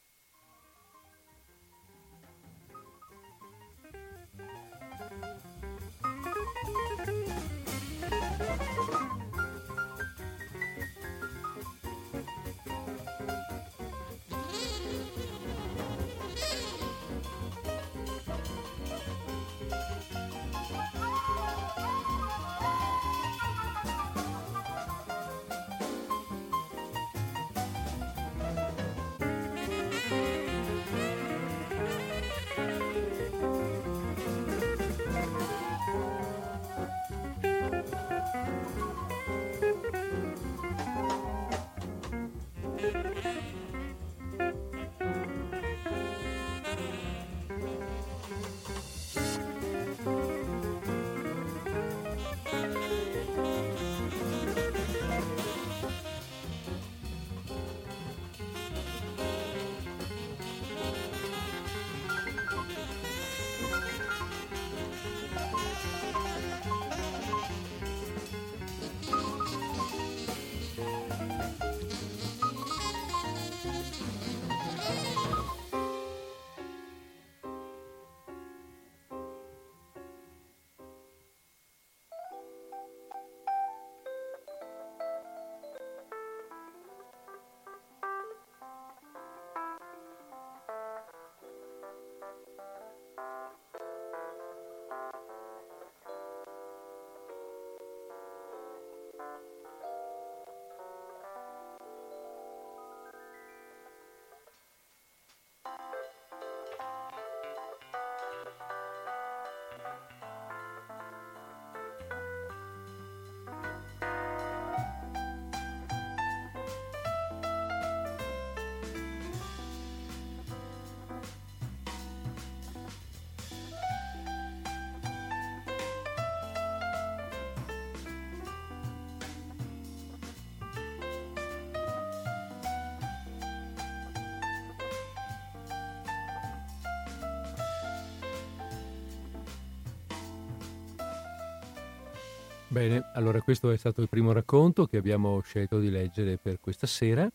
Bene, allora questo è stato il primo racconto che abbiamo scelto di leggere per questa sera.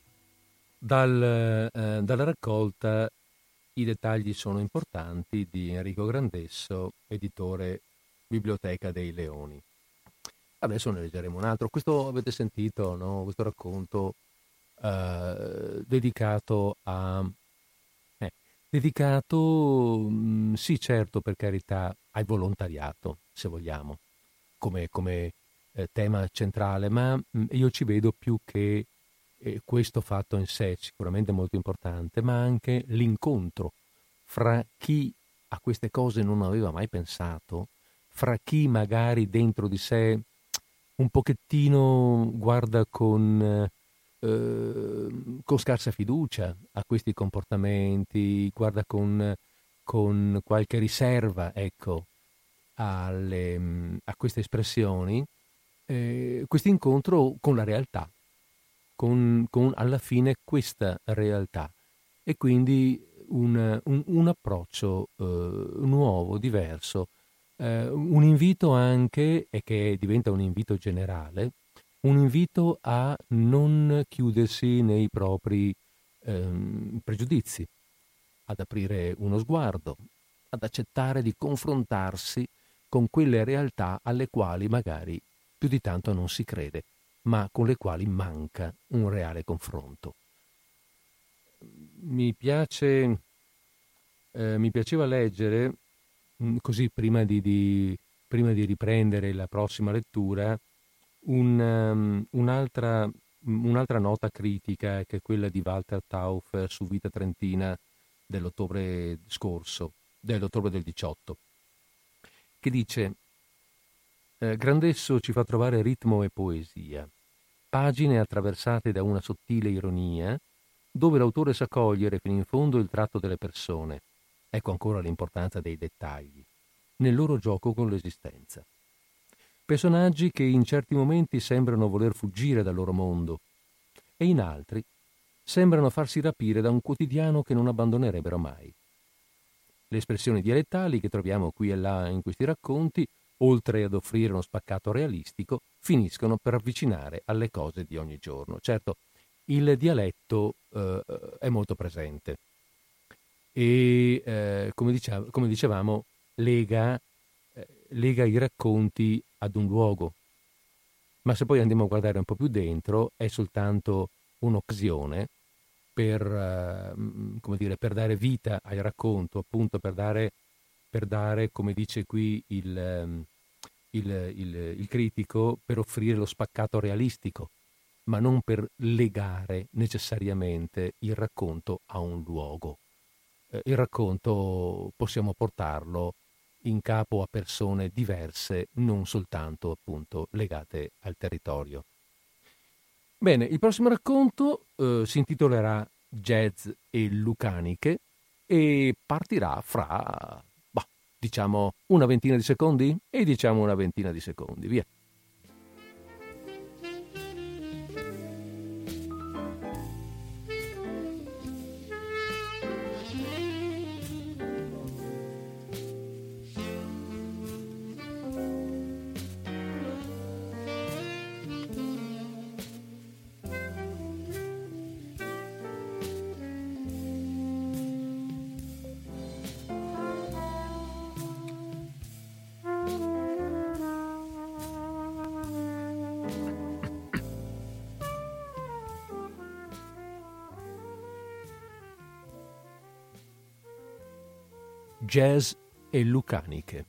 Dal, eh, dalla raccolta I dettagli sono importanti di Enrico Grandesso, editore Biblioteca dei Leoni. Adesso ne leggeremo un altro. Questo avete sentito, no? Questo racconto eh, dedicato a... Eh, dedicato, mh, sì certo per carità, al volontariato, se vogliamo, come, come eh, tema centrale, ma mh, io ci vedo più che eh, questo fatto in sé, sicuramente molto importante, ma anche l'incontro fra chi a queste cose non aveva mai pensato, fra chi magari dentro di sé un pochettino guarda con, eh, con scarsa fiducia a questi comportamenti, guarda con, con qualche riserva, ecco, alle, a queste espressioni, eh, questo incontro con la realtà, con, con alla fine questa realtà, e quindi un, un, un approccio eh, nuovo, diverso, eh, un invito anche, e che diventa un invito generale, un invito a non chiudersi nei propri ehm, pregiudizi, ad aprire uno sguardo, ad accettare di confrontarsi con quelle realtà alle quali magari più di tanto non si crede, ma con le quali manca un reale confronto. Mi piace, eh, mi piaceva leggere, mh, così prima di, di, prima di riprendere la prossima lettura, un, um, un'altra, un'altra nota critica, che è quella di Walter Tauf su Vita Trentina dell'ottobre scorso, dell'ottobre del diciotto, che dice: eh, Grandesso ci fa trovare ritmo e poesia, pagine attraversate da una sottile ironia, dove l'autore sa cogliere fino in fondo il tratto delle persone, ecco ancora l'importanza dei dettagli, nel loro gioco con l'esistenza. Personaggi che in certi momenti sembrano voler fuggire dal loro mondo e in altri sembrano farsi rapire da un quotidiano che non abbandonerebbero mai. Le espressioni dialettali che troviamo qui e là in questi racconti, oltre ad offrire uno spaccato realistico, finiscono per avvicinare alle cose di ogni giorno. Certo, il dialetto eh, è molto presente e, eh, come, diceva, come dicevamo, lega, eh, lega i racconti ad un luogo. Ma se poi andiamo a guardare un po' più dentro, è soltanto un'occasione per, eh, come dire, per dare vita al racconto, appunto per dare, per dare come dice qui il, il, il, il critico, per offrire lo spaccato realistico, ma non per legare necessariamente il racconto a un luogo. Eh, il racconto possiamo portarlo in capo a persone diverse, non soltanto appunto legate al territorio. Bene, il prossimo racconto eh, si intitolerà Jazz e Lucaniche e partirà fra, bah, diciamo, una ventina di secondi? E diciamo una ventina di secondi, via. Jazz e Lucaniche.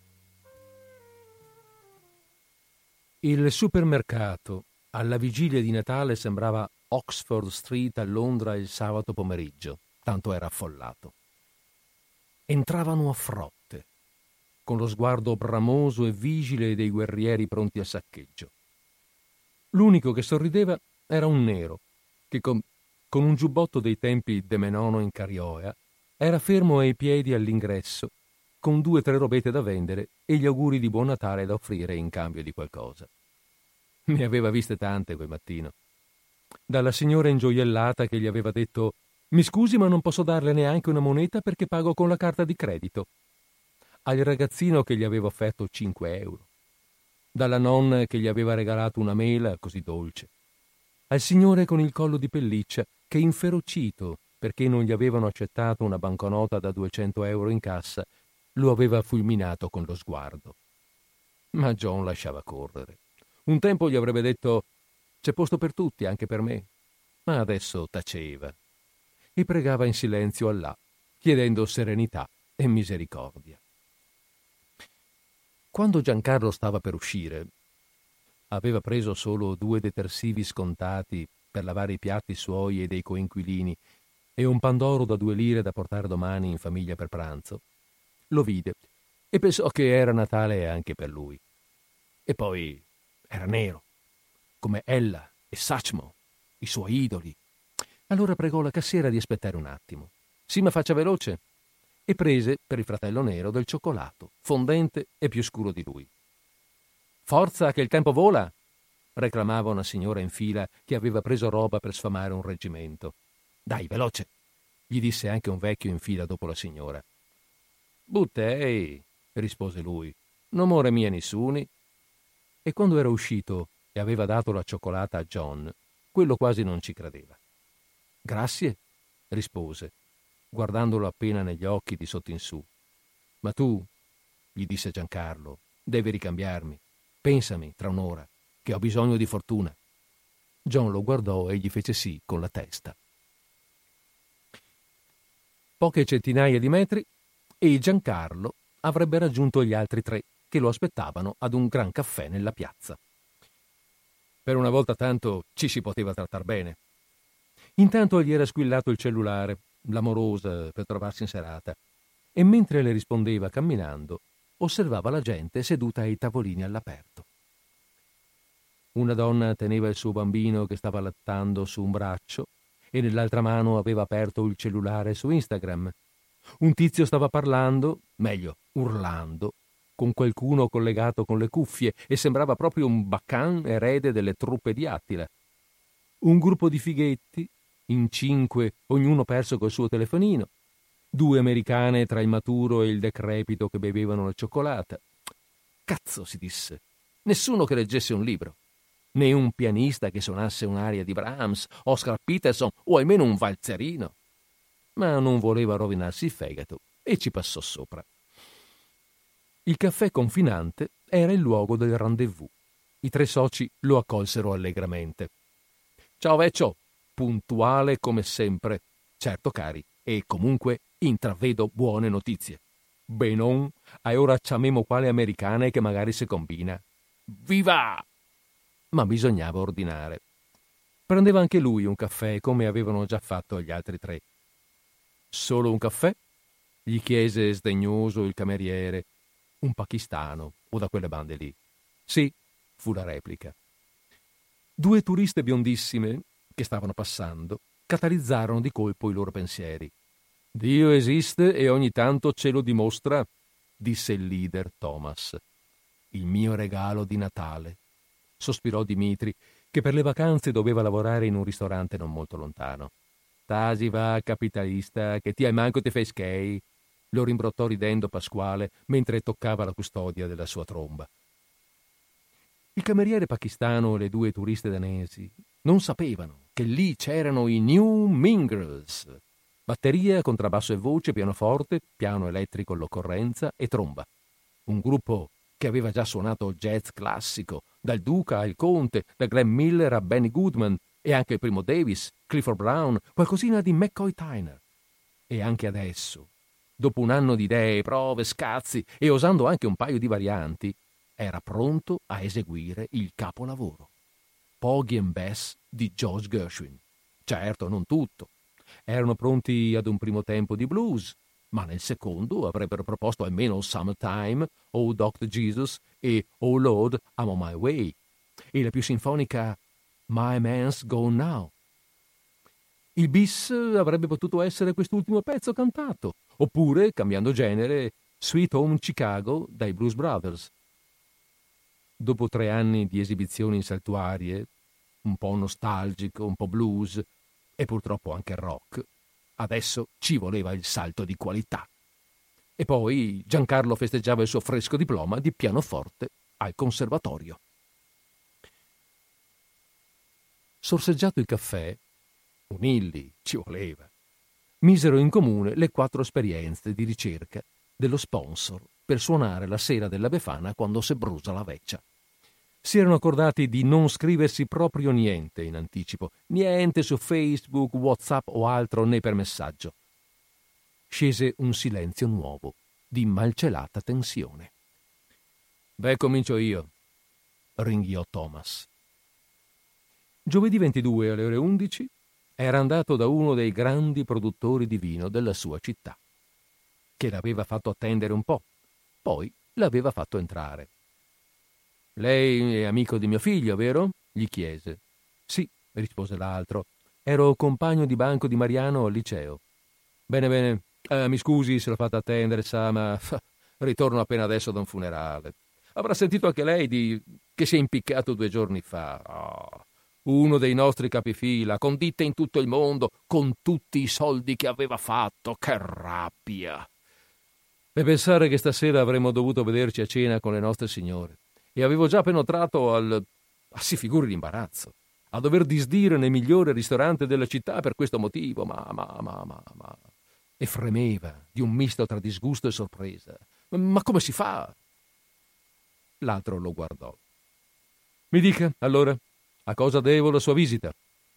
Il supermercato alla vigilia di Natale sembrava Oxford Street a Londra il sabato pomeriggio, tanto era affollato. Entravano a frotte, con lo sguardo bramoso e vigile dei guerrieri pronti al saccheggio. L'unico che sorrideva era un nero, che con, con un giubbotto dei tempi de Menono in Carioea era fermo ai piedi all'ingresso, con due o tre robette da vendere e gli auguri di buon Natale da offrire in cambio di qualcosa. Ne aveva viste tante quel mattino. Dalla signora ingioiellata che gli aveva detto: «Mi scusi, ma non posso darle neanche una moneta perché pago con la carta di credito», al ragazzino che gli aveva offerto cinque euro, dalla nonna che gli aveva regalato una mela così dolce, al signore con il collo di pelliccia che, inferocito perché non gli avevano accettato una banconota da duecento euro in cassa, lo aveva fulminato con lo sguardo. Ma John lasciava correre. Un tempo gli avrebbe detto: «C'è posto per tutti, anche per me», ma adesso taceva e pregava in silenzio Allah, chiedendo serenità e misericordia. Quando Giancarlo stava per uscire, aveva preso solo due detersivi scontati per lavare i piatti suoi e dei coinquilini e un pandoro da due lire da portare domani in famiglia per pranzo, lo vide e pensò che era Natale anche per lui. E poi era nero, come Ella e Satchmo, i suoi idoli. Allora pregò la cassiera di aspettare un attimo. «Sì, ma faccia veloce», e prese per il fratello nero del cioccolato, fondente e più scuro di lui. «Forza, che il tempo vola!» reclamava una signora in fila che aveva preso roba per sfamare un reggimento. «Dai, veloce!» gli disse anche un vecchio in fila dopo la signora. «Buttei», rispose lui, «non more mia nessuni». E quando era uscito e aveva dato la cioccolata a John, quello quasi non ci credeva. «Grazie», rispose, guardandolo appena negli occhi di sotto in su. Ma tu, gli disse Giancarlo, devi ricambiarmi. Pensami tra un'ora, che ho bisogno di fortuna. John lo guardò e gli fece sì con la testa. Poche centinaia di metri e Giancarlo avrebbe raggiunto gli altri tre che lo aspettavano ad un gran caffè nella piazza. Per una volta tanto ci si poteva trattar bene. Intanto gli era squillato il cellulare, l'amorosa per trovarsi in serata, e mentre le rispondeva camminando, osservava la gente seduta ai tavolini all'aperto. Una donna teneva il suo bambino che stava allattando su un braccio e nell'altra mano aveva aperto il cellulare su Instagram. Un tizio stava parlando, meglio, urlando, con qualcuno collegato con le cuffie e sembrava proprio un baccan erede delle truppe di Attila. Un gruppo di fighetti, in cinque, ognuno perso col suo telefonino, due americane tra il maturo e il decrepito che bevevano la cioccolata. Cazzo, si disse, nessuno che leggesse un libro, né un pianista che suonasse un'aria di Brahms, Oscar Peterson o almeno un valzerino. Ma non voleva rovinarsi il fegato e ci passò sopra. Il caffè confinante era il luogo del rendezvous. I tre soci lo accolsero allegramente. Ciao vecchio, puntuale come sempre. Certo cari, e comunque intravedo buone notizie. Benon, e ora c'amemo quale americane che magari si combina. Viva! Ma bisognava ordinare. Prendeva anche lui un caffè come avevano già fatto gli altri tre. Solo un caffè? Gli chiese sdegnoso il cameriere. Un pakistano o da quelle bande lì. Sì, fu la replica. Due turiste biondissime che stavano passando catalizzarono di colpo i loro pensieri. Dio esiste e ogni tanto ce lo dimostra, disse il leader Thomas. Il mio regalo di Natale, sospirò Dimitri, che per le vacanze doveva lavorare in un ristorante non molto lontano. Tasi va, capitalista, che ti hai manco te fai schei, lo rimbrottò ridendo Pasquale mentre toccava la custodia della sua tromba. Il cameriere pakistano e le due turiste danesi non sapevano che lì c'erano i New Mingers, batteria, contrabbasso e voce, pianoforte, piano elettrico all'occorrenza e tromba. Un gruppo che aveva già suonato jazz classico, dal Duca al Conte, da Glenn Miller a Benny Goodman, e anche il primo Davis, Clifford Brown, qualcosina di McCoy Tyner. E anche adesso, dopo un anno di idee, prove, scazzi e osando anche un paio di varianti, era pronto a eseguire il capolavoro. Porgy and Bess di George Gershwin. Certo, non tutto. Erano pronti ad un primo tempo di blues, ma nel secondo avrebbero proposto almeno Summertime, Oh doctor Jesus e Oh Lord, I'm on my way, e la più sinfonica My Man's Gone Now. Il bis avrebbe potuto essere quest'ultimo pezzo cantato, oppure, cambiando genere, Sweet Home Chicago dai Blues Brothers. Dopo tre anni di esibizioni in saltuarie, un po' nostalgico, un po' blues e purtroppo anche rock, adesso ci voleva il salto di qualità. E poi Giancarlo festeggiava il suo fresco diploma di pianoforte al conservatorio. Sorseggiato il caffè, un illi ci voleva, misero in comune le quattro esperienze di ricerca dello sponsor per suonare la sera della Befana quando si brusa la veccia. Si erano accordati di non scriversi proprio niente in anticipo, niente su Facebook, WhatsApp o altro né per messaggio. Scese un silenzio nuovo, di malcelata tensione. Beh, comincio io, ringhiò Thomas. Giovedì ventidue alle ore undici era andato da uno dei grandi produttori di vino della sua città, che l'aveva fatto attendere un po', poi l'aveva fatto entrare. Lei è amico di mio figlio, vero? Gli chiese. Sì, rispose l'altro. Ero compagno di banco di Mariano al liceo. Bene, bene. Eh, mi scusi se l'ho fatta attendere, sa, ma ritorno appena adesso da un funerale. Avrà sentito anche lei di che si è impiccato due giorni fa. Oh, uno dei nostri capifila, con ditte in tutto il mondo, con tutti i soldi che aveva fatto. Che rabbia! E pensare che stasera avremmo dovuto vederci a cena con le nostre signore. E avevo già penetrato al... Ah, si figuri l'imbarazzo. a dover disdire nel migliore ristorante della città per questo motivo, ma, ma, ma, ma, ma... E fremeva di un misto tra disgusto e sorpresa. Ma come si fa? L'altro lo guardò. Mi dica, allora, a cosa devo la sua visita?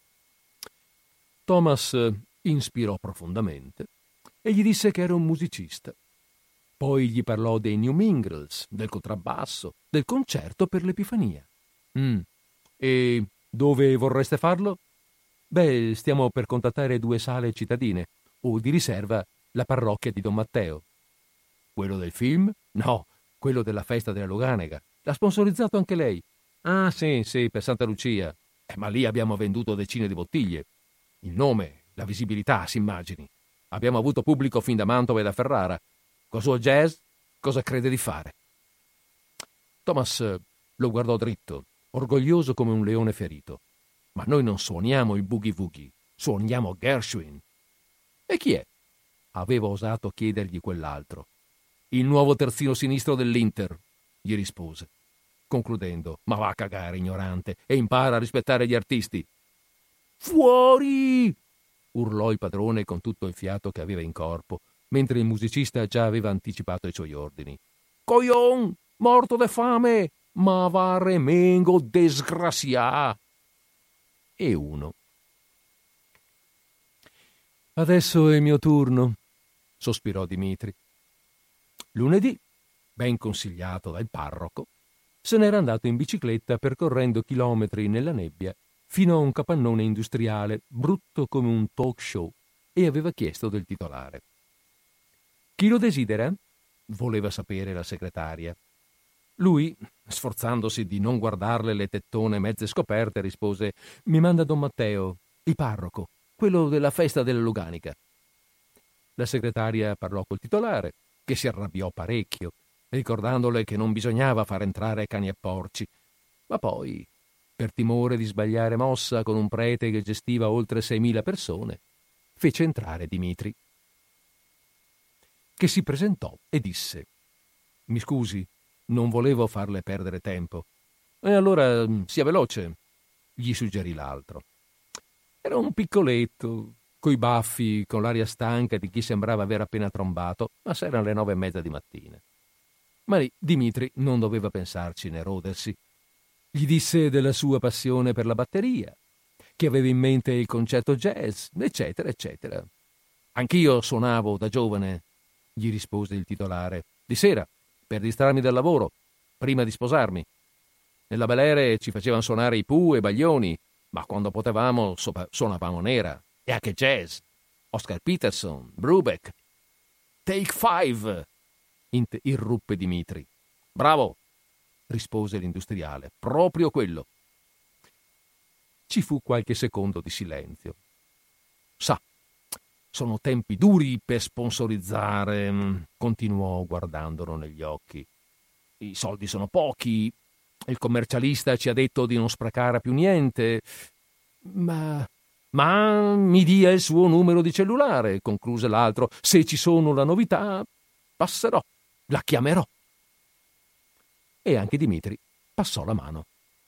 Thomas inspirò profondamente e gli disse che era un musicista. Poi gli parlò dei New Mingles, del contrabbasso, del concerto per l'Epifania. Mm. E dove vorreste farlo? Beh, stiamo per contattare due sale cittadine, o di riserva la parrocchia di Don Matteo. Quello del film? No, quello della festa della Luganega. L'ha sponsorizzato anche lei. Ah, sì, sì, per Santa Lucia. Eh, ma lì abbiamo venduto decine di bottiglie. Il nome, la visibilità, si immagini. Abbiamo avuto pubblico fin da Mantova e da Ferrara. Col suo jazz, cosa crede di fare? Thomas lo guardò dritto, orgoglioso come un leone ferito. Ma noi non suoniamo il boogie-woogie, suoniamo Gershwin. E chi è? Aveva osato chiedergli quell'altro. Il nuovo terzino sinistro dell'Inter, gli rispose, concludendo, ma va a cagare, ignorante, e impara a rispettare gli artisti. Fuori! Urlò il padrone con tutto il fiato che aveva in corpo, mentre il musicista già aveva anticipato i suoi ordini. Coglion, morto de fame, ma va remengo desgrazià. E uno. Adesso è il mio turno, sospirò Dimitri. Lunedì, ben consigliato dal parroco, se n'era andato in bicicletta percorrendo chilometri nella nebbia fino a un capannone industriale brutto come un talk show e aveva chiesto del titolare. Chi lo desidera? Voleva sapere la segretaria. Lui, sforzandosi di non guardarle le tettone mezze scoperte, rispose: mi manda Don Matteo, il parroco, quello della festa della Luganica. La segretaria parlò col titolare, che si arrabbiò parecchio, ricordandole che non bisognava far entrare cani e porci, ma poi, per timore di sbagliare mossa con un prete che gestiva oltre seimila persone, fece entrare Dimitri, che si presentò e disse: mi scusi, non volevo farle perdere tempo. E allora sia veloce, gli suggerì l'altro. Era un piccoletto, coi baffi, con l'aria stanca di chi sembrava aver appena trombato, ma s'erano le nove e mezza di mattina. Ma lì Dimitri non doveva pensarci né rodersi. Gli disse della sua passione per la batteria, che aveva in mente il concerto jazz, eccetera, eccetera. Anch'io suonavo da giovane, gli rispose il titolare, di sera, per distrarmi dal lavoro, prima di sposarmi. Nella Bel Air ci facevano suonare i Pooh e Baglioni, ma quando potevamo so- suonavamo nera, e anche jazz. Oscar Peterson, Brubeck. Take five, int- irruppe Dimitri. Bravo, rispose l'industriale, proprio quello. Ci fu qualche secondo di silenzio. Sa, sono tempi duri per sponsorizzare, continuò guardandolo negli occhi. I soldi sono pochi, il commercialista ci ha detto di non sprecare più niente, ma... Ma mi dia il suo numero di cellulare, concluse l'altro. Se ci sono la novità, passerò, la chiamerò. E anche Dimitri passò la mano.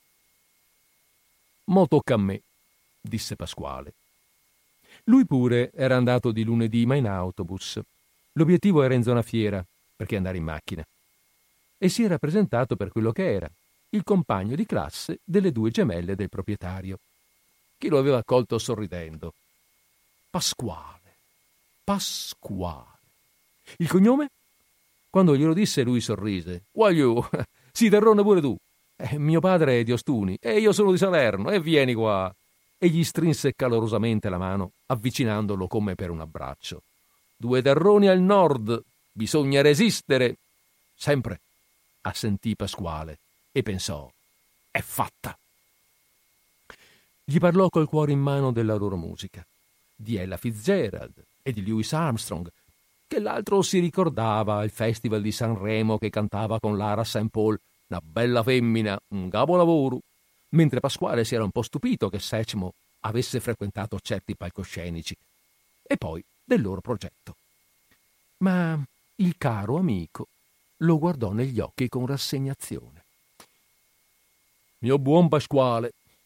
Mo tocca a me, disse Pasquale. Lui pure era andato di lunedì, ma in autobus. L'obiettivo era in zona fiera, perché andare in macchina. E si era presentato per quello che era, il compagno di classe delle due gemelle del proprietario, che lo aveva accolto sorridendo. Pasquale, Pasquale. Il cognome? Quando glielo disse lui sorrise. Guagliù, si terrone pure tu. Eh, mio padre è di Ostuni e io sono di Salerno e vieni qua. E gli strinse calorosamente la mano, avvicinandolo come per un abbraccio. Due terroni al nord, bisogna resistere. Sempre, assentì Pasquale e pensò, è fatta. Gli parlò col cuore in mano della loro musica, di Ella Fitzgerald e di Louis Armstrong, che l'altro si ricordava al Festival di Sanremo che cantava con Lara Saint Paul, una bella femmina, un capolavoro, mentre Pasquale si era un po' stupito che Secmo avesse frequentato certi palcoscenici, e poi del loro progetto. Ma il caro amico lo guardò negli occhi con rassegnazione. Mio buon Pasquale,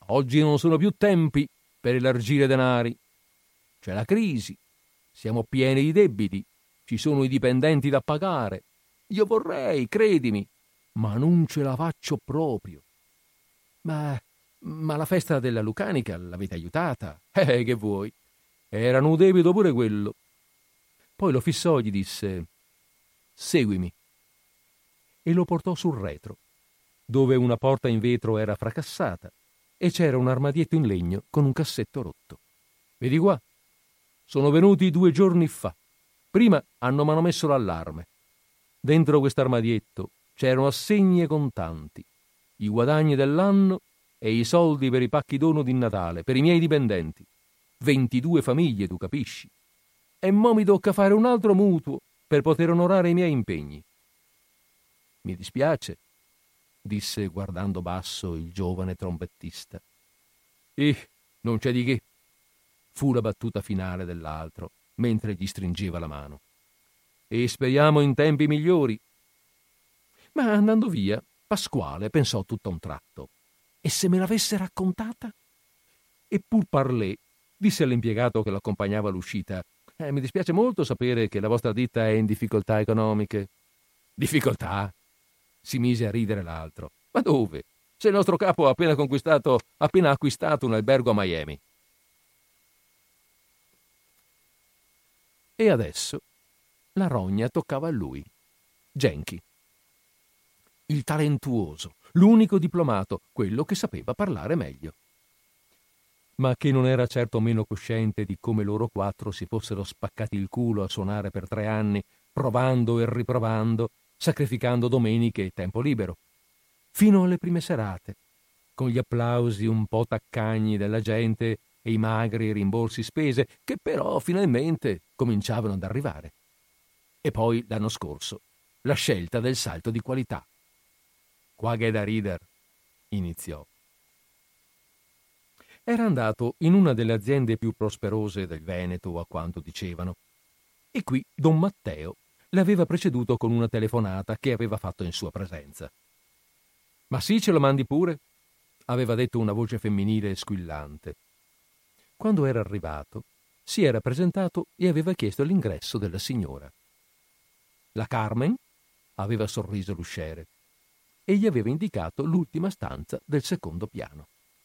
oggi non sono più tempi per elargire denari. C'è la crisi, siamo pieni di debiti, ci sono i dipendenti da pagare. Io vorrei, credimi, ma non ce la faccio proprio. Ma, ma la festa della Lucanica l'avete aiutata? Eh, che vuoi? Erano un debito pure quello. Poi lo fissò e gli disse: seguimi. E lo portò sul retro, dove una porta in vetro era fracassata e c'era un armadietto in legno con un cassetto rotto. Vedi qua? Sono venuti due giorni fa. Prima hanno manomesso l'allarme. Dentro quest'armadietto c'erano assegni e contanti, i guadagni dell'anno e i soldi per i pacchi dono di Natale, per i miei dipendenti. ventidue famiglie, tu capisci? E mo mi tocca fare un altro mutuo per poter onorare i miei impegni. Mi dispiace, disse guardando basso il giovane trombettista. Eh, non c'è di che, fu la battuta finale dell'altro, mentre gli stringeva la mano. E speriamo in tempi migliori. Ma andando via, Pasquale pensò tutto a un tratto: e se me l'avesse raccontata? E pur parlé, disse all'impiegato che l'accompagnava all'uscita: eh, mi dispiace molto sapere che la vostra ditta è in difficoltà economiche. Difficoltà? Si mise a ridere l'altro. Ma dove? Se il nostro capo ha appena conquistato, appena acquistato un albergo a Miami. E adesso la rogna toccava a lui, Genchi, il talentuoso, l'unico diplomato, quello che sapeva parlare meglio, ma che non era certo meno cosciente di come loro quattro si fossero spaccati il culo a suonare per tre anni, provando e riprovando, sacrificando domeniche e tempo libero, fino alle prime serate, con gli applausi un po' taccagni della gente e i magri rimborsi spese che però finalmente cominciavano ad arrivare. E poi l'anno scorso la scelta del salto di qualità. Qua che è da rider, iniziò. Era andato in una delle aziende più prosperose del Veneto, a quanto dicevano, e qui don Matteo l'aveva preceduto con una telefonata che aveva fatto in sua presenza. «Ma sì, ce lo mandi pure», aveva detto una voce femminile squillante. Quando era arrivato, si era presentato e aveva chiesto l'ingresso della signora. La Carmen aveva sorriso l'usciere e gli aveva indicato l'ultima stanza del secondo piano.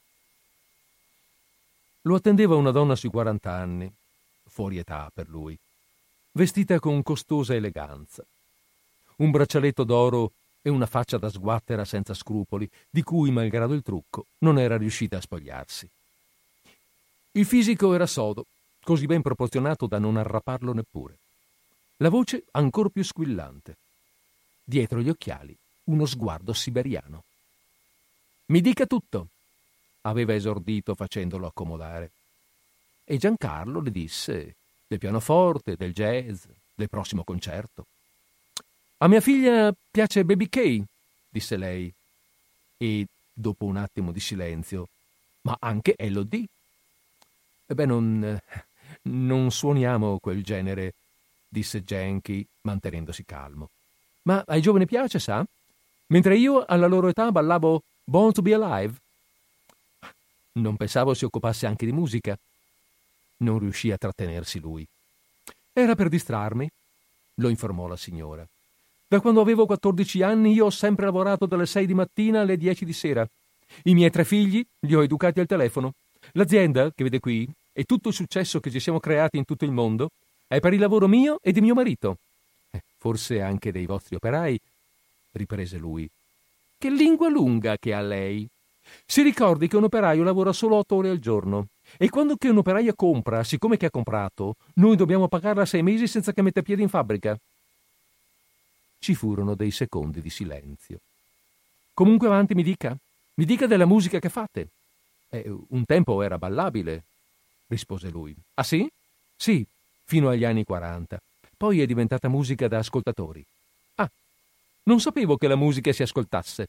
Lo attendeva una donna sui quarant'anni, fuori età per lui, vestita con costosa eleganza, un braccialetto d'oro e una faccia da sguattera senza scrupoli, di cui, malgrado il trucco, non era riuscita a spogliarsi. Il fisico era sodo, così ben proporzionato da non arraparlo neppure. La voce ancor più squillante. Dietro gli occhiali uno sguardo siberiano. «Mi dica tutto», aveva esordito facendolo accomodare. E Giancarlo le disse del pianoforte, del jazz, del prossimo concerto. «A mia figlia piace Baby K», disse lei. E, dopo un attimo di silenzio, «Ma anche Elodie». «E beh, non, non suoniamo quel genere», disse Genchi, mantenendosi calmo. «Ma ai giovani piace, sa? Mentre io, alla loro età, ballavo Born to be Alive». Non pensavo si occupasse anche di musica. Non riuscì a trattenersi lui. «Era per distrarmi», lo informò la signora. «Da quando avevo quattordici anni io ho sempre lavorato dalle sei di mattina alle dieci di sera. I miei tre figli li ho educati al telefono. L'azienda, che vede qui, e tutto il successo che ci siamo creati in tutto il mondo, è per il lavoro mio e di mio marito. Eh, forse anche dei vostri operai», riprese lui. «Che lingua lunga che ha lei! Si ricordi che un operaio lavora solo otto ore al giorno e quando che un operaio compra, siccome che ha comprato, noi dobbiamo pagarla sei mesi senza che metta piede in fabbrica». Ci furono dei secondi di silenzio. «Comunque avanti, mi dica. Mi dica della musica che fate». Eh, «un tempo era ballabile», rispose lui. «Ah sì?» «Sì, fino agli anni quaranta. Poi è diventata musica da ascoltatori». «Ah, non sapevo che la musica si ascoltasse».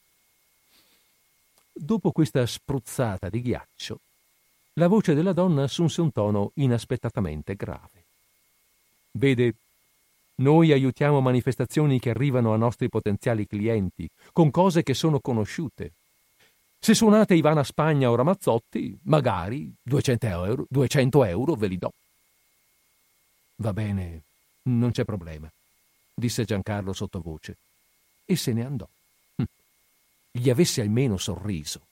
Dopo questa spruzzata di ghiaccio, la voce della donna assunse un tono inaspettatamente grave. «Vede, noi aiutiamo manifestazioni che arrivano a nostri potenziali clienti con cose che sono conosciute. Se suonate Ivana Spagna o Ramazzotti, magari duecento euro, duecento euro ve li do. Va bene, non c'è problema, disse Giancarlo sottovoce, e se ne andò. Hm. Gli avesse almeno sorriso.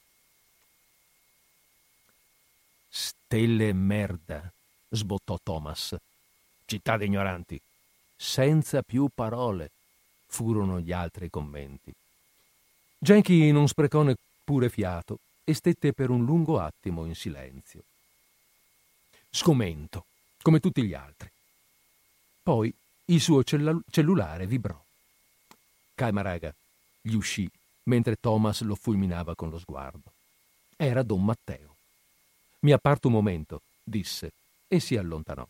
Stelle e merda, sbottò Thomas. Città di ignoranti. Senza più parole, furono gli altri commenti. Genchi non sprecò neppure fiato e stette per un lungo attimo in silenzio. Sgomento, come tutti gli altri. Poi il suo cell- cellulare vibrò. Calma, raga, gli uscì mentre Thomas lo fulminava con lo sguardo. Era Don Matteo. Mi apparto un momento, disse, e si allontanò.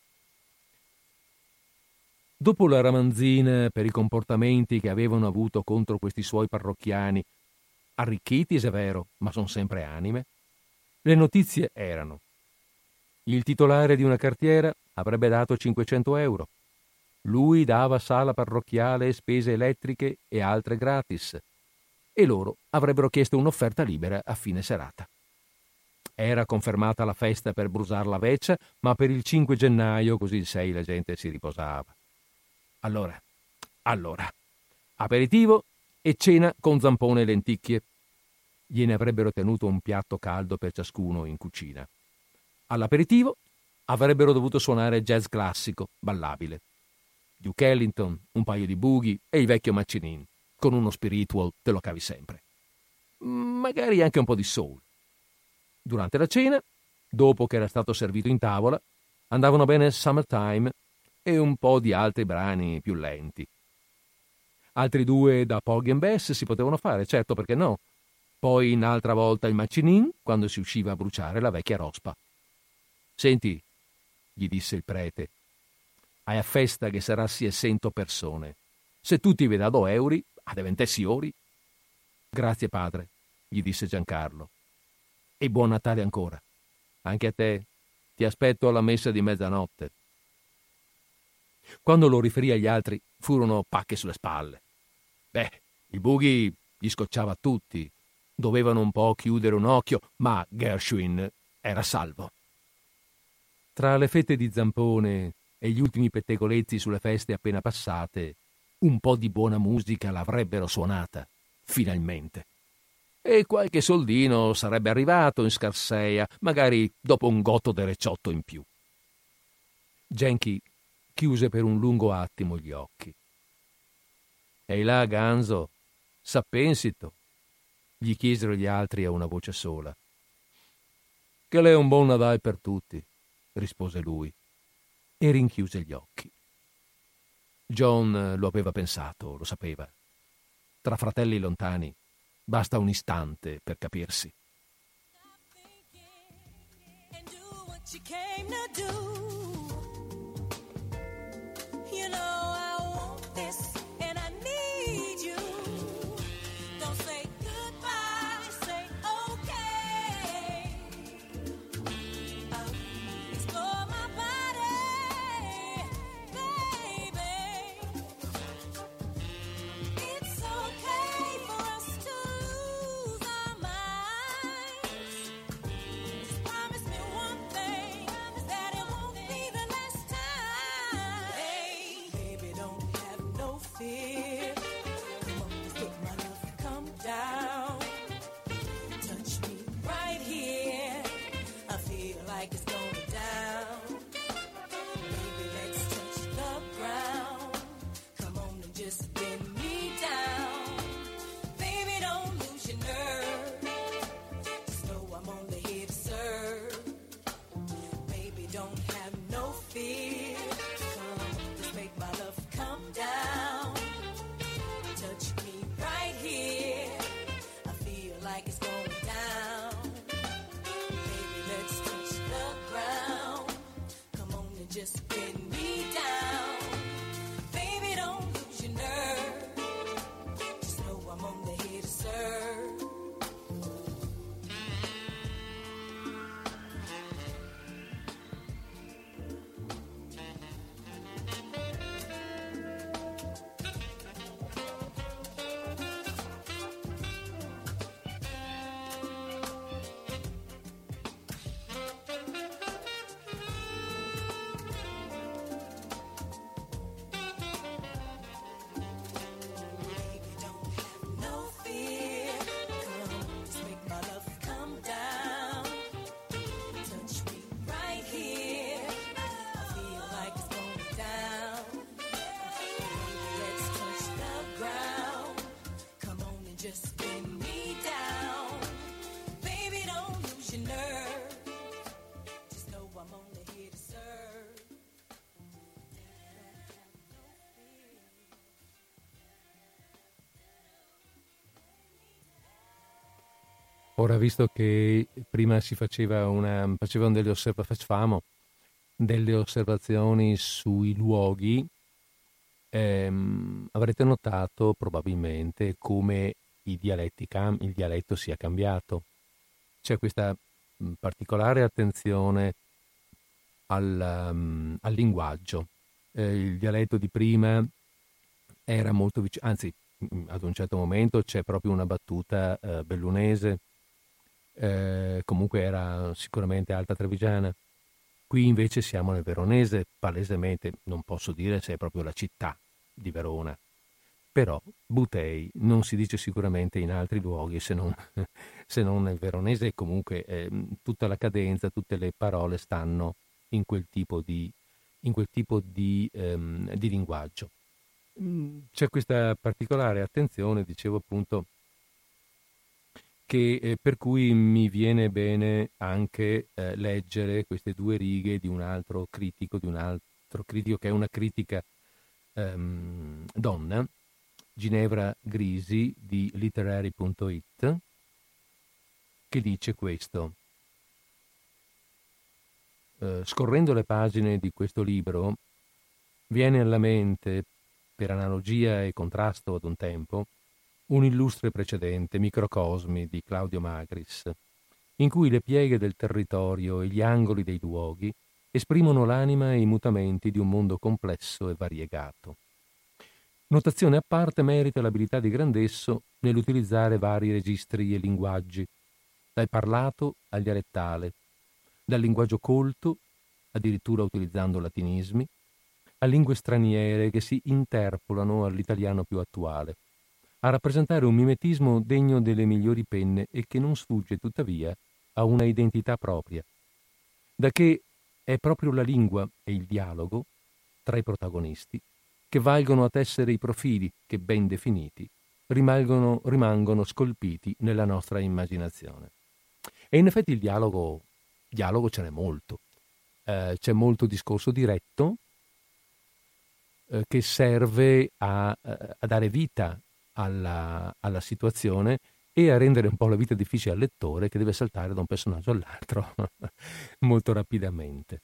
Dopo la ramanzina per i comportamenti che avevano avuto contro questi suoi parrocchiani, arricchiti, è vero, ma son sempre anime, le notizie erano: il titolare di una cartiera avrebbe dato cinquecento euro, lui dava sala parrocchiale e spese elettriche e altre gratis, e loro avrebbero chiesto un'offerta libera a fine serata. Era confermata la festa per brusar la veccia, ma per il cinque gennaio, così il sei la gente si riposava. Allora, allora, aperitivo e cena con zampone e lenticchie. Gliene avrebbero tenuto un piatto caldo per ciascuno in cucina. All'aperitivo avrebbero dovuto suonare jazz classico, ballabile. Duke Ellington, un paio di bughi e il vecchio Macinin. Con uno spiritual te lo cavi sempre. Magari anche un po' di soul. Durante la cena, dopo che era stato servito in tavola, andavano bene Summertime e un po' di altri brani più lenti. Altri due da Porgy and Bess si potevano fare, certo, perché no. Poi un'altra volta il Macinin, quando si usciva a bruciare la vecchia rospa. Senti, gli disse il prete, hai a festa che sarassi e cento persone. Se tutti vi dado euri, ad eventessi ori. Grazie padre, gli disse Giancarlo. E buon Natale ancora. Anche a te. Ti aspetto alla messa di mezzanotte. Quando lo riferì agli altri, furono pacche sulle spalle. Beh, il bughi gli scocciava a tutti. Dovevano un po' chiudere un occhio, ma Gershwin era salvo. Tra le fette di zampone e gli ultimi pettegolezzi sulle feste appena passate, un po' di buona musica l'avrebbero suonata, finalmente. E qualche soldino sarebbe arrivato in scarseia, magari dopo un gotto de recciotto in più. Genchi chiuse per un lungo attimo gli occhi. Ehi là, Ganzo, sappensito, gli chiesero gli altri a una voce sola. Che l'è un buon Natale per tutti, rispose lui, e rinchiuse gli occhi. John lo aveva pensato, lo sapeva. Tra fratelli lontani basta un istante per capirsi. Ora, visto che prima si faceva una, facevano delle, osserva, facciamo delle osservazioni sui luoghi, ehm, avrete notato probabilmente come i dialetti cam- il dialetto sia cambiato. C'è questa mh, particolare attenzione al, um, al linguaggio. Eh, il dialetto di prima era molto vicino, anzi, mh, ad un certo momento c'è proprio una battuta eh, bellunese, eh, comunque era sicuramente alta trevigiana. Qui invece siamo nel veronese, palesemente, non posso dire se è proprio la città di Verona, però Butei non si dice sicuramente in altri luoghi se non, se non nel veronese, e comunque eh, tutta la cadenza, tutte le parole stanno in quel tipo di, in quel tipo di, ehm, di linguaggio. C'è questa particolare attenzione, dicevo appunto, che eh, per cui mi viene bene anche eh, leggere queste due righe di un altro critico, di un altro critico che è una critica ehm, donna, Ginevra Grisi di literary punto it, che dice questo. Eh, scorrendo le pagine di questo libro, viene alla mente, per analogia e contrasto ad un tempo, un illustre precedente, Microcosmi di Claudio Magris, in cui le pieghe del territorio e gli angoli dei luoghi esprimono l'anima e i mutamenti di un mondo complesso e variegato. Notazione a parte merita l'abilità di Grandesso nell'utilizzare vari registri e linguaggi, dal parlato al dialettale, dal linguaggio colto, addirittura utilizzando latinismi, a lingue straniere che si interpolano all'italiano più attuale, a rappresentare un mimetismo degno delle migliori penne e che non sfugge tuttavia a una identità propria, da che è proprio la lingua e il dialogo tra i protagonisti che valgono a tessere i profili che, ben definiti, rimangono, rimangono scolpiti nella nostra immaginazione. E in effetti il dialogo, dialogo ce n'è molto. Eh, c'è molto discorso diretto eh, che serve a, a dare vita alla, alla situazione e a rendere un po' la vita difficile al lettore che deve saltare da un personaggio all'altro molto rapidamente.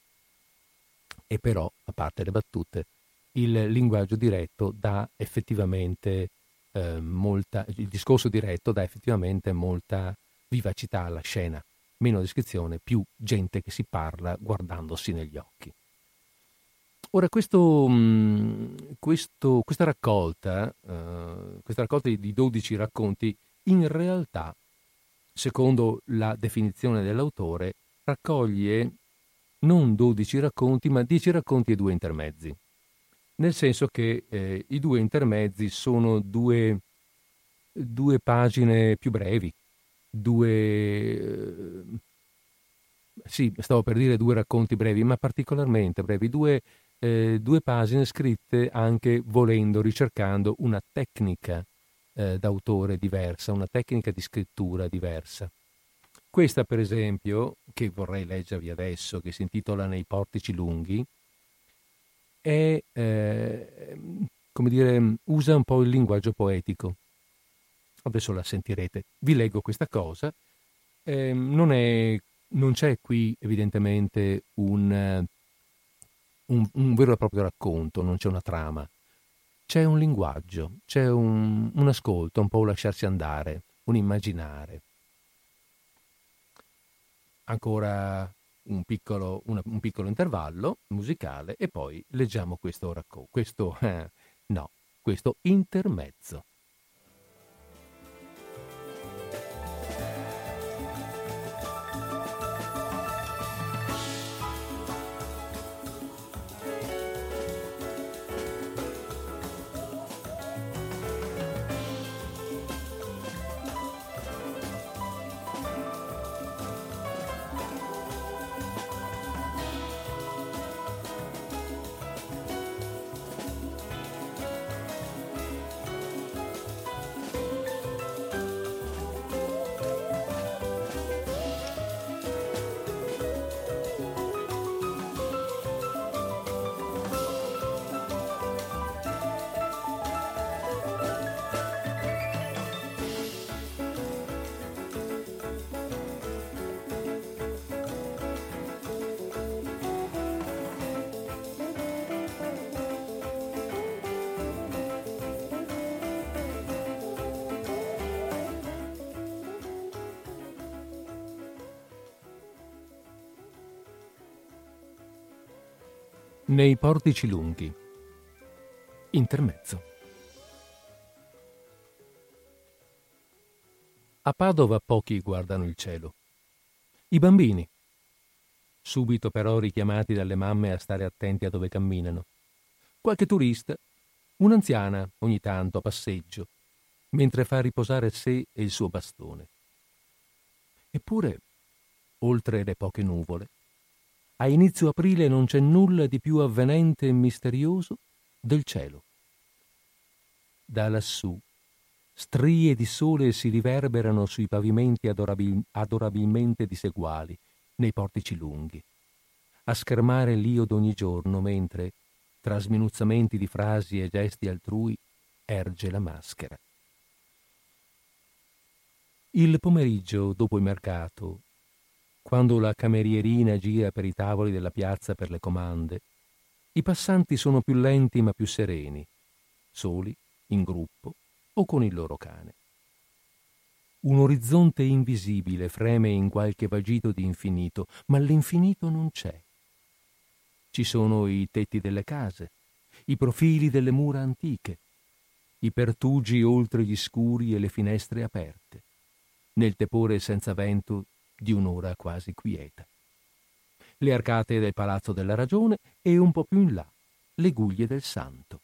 E però, a parte le battute, il linguaggio diretto dà effettivamente eh, molta, il discorso diretto dà effettivamente molta vivacità alla scena, meno descrizione, più gente che si parla guardandosi negli occhi. Ora, questo, questo, questa raccolta, eh, questa raccolta di dodici racconti, in realtà, secondo la definizione dell'autore, raccoglie non dodici racconti, ma dieci racconti e due intermezzi. Nel senso che eh, i due intermezzi sono due, due pagine più brevi, due... Eh, sì, stavo per dire due racconti brevi, ma particolarmente brevi, due, eh, due pagine scritte anche volendo, ricercando una tecnica eh, d'autore diversa, una tecnica di scrittura diversa. Questa, per esempio, che vorrei leggervi adesso, che si intitola Nei portici lunghi, è, eh, come dire, usa un po' il linguaggio poetico. Adesso la sentirete. Vi leggo questa cosa. Eh, non è, non c'è qui evidentemente un, un, un vero e proprio racconto, non c'è una trama. C'è un linguaggio, c'è un, un ascolto, un po' un lasciarsi andare, un immaginare. Ancora un piccolo, una, un piccolo intervallo musicale e poi leggiamo questo racconto, questo, eh, no, questo intermezzo. Nei portici lunghi. Intermezzo. A Padova pochi guardano il cielo. I bambini, subito però richiamati dalle mamme a stare attenti a dove camminano. Qualche turista, un'anziana ogni tanto a passeggio, mentre fa riposare sé e il suo bastone. Eppure, oltre le poche nuvole, a inizio aprile non c'è nulla di più avvenente e misterioso del cielo. Da lassù, strie di sole si riverberano sui pavimenti adorabil- adorabilmente diseguali, nei portici lunghi, a schermare l'io d'ogni giorno, mentre, tra sminuzzamenti di frasi e gesti altrui, erge la maschera. Il pomeriggio, dopo il mercato, quando la camerierina gira per i tavoli della piazza per le comande, i passanti sono più lenti ma più sereni, soli, in gruppo o con il loro cane. Un orizzonte invisibile freme in qualche vagito di infinito, ma l'infinito non c'è. Ci sono i tetti delle case, i profili delle mura antiche, i pertugi oltre gli scuri e le finestre aperte, nel tepore senza vento di un'ora quasi quieta. Le arcate del Palazzo della Ragione e un po' più in là le guglie del Santo.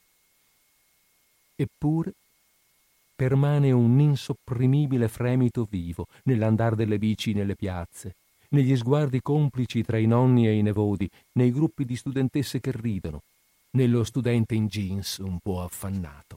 Eppure permane un insopprimibile fremito vivo nell'andar delle bici nelle piazze, negli sguardi complici tra i nonni e i nevodi, nei gruppi di studentesse che ridono, nello studente in jeans un po' affannato.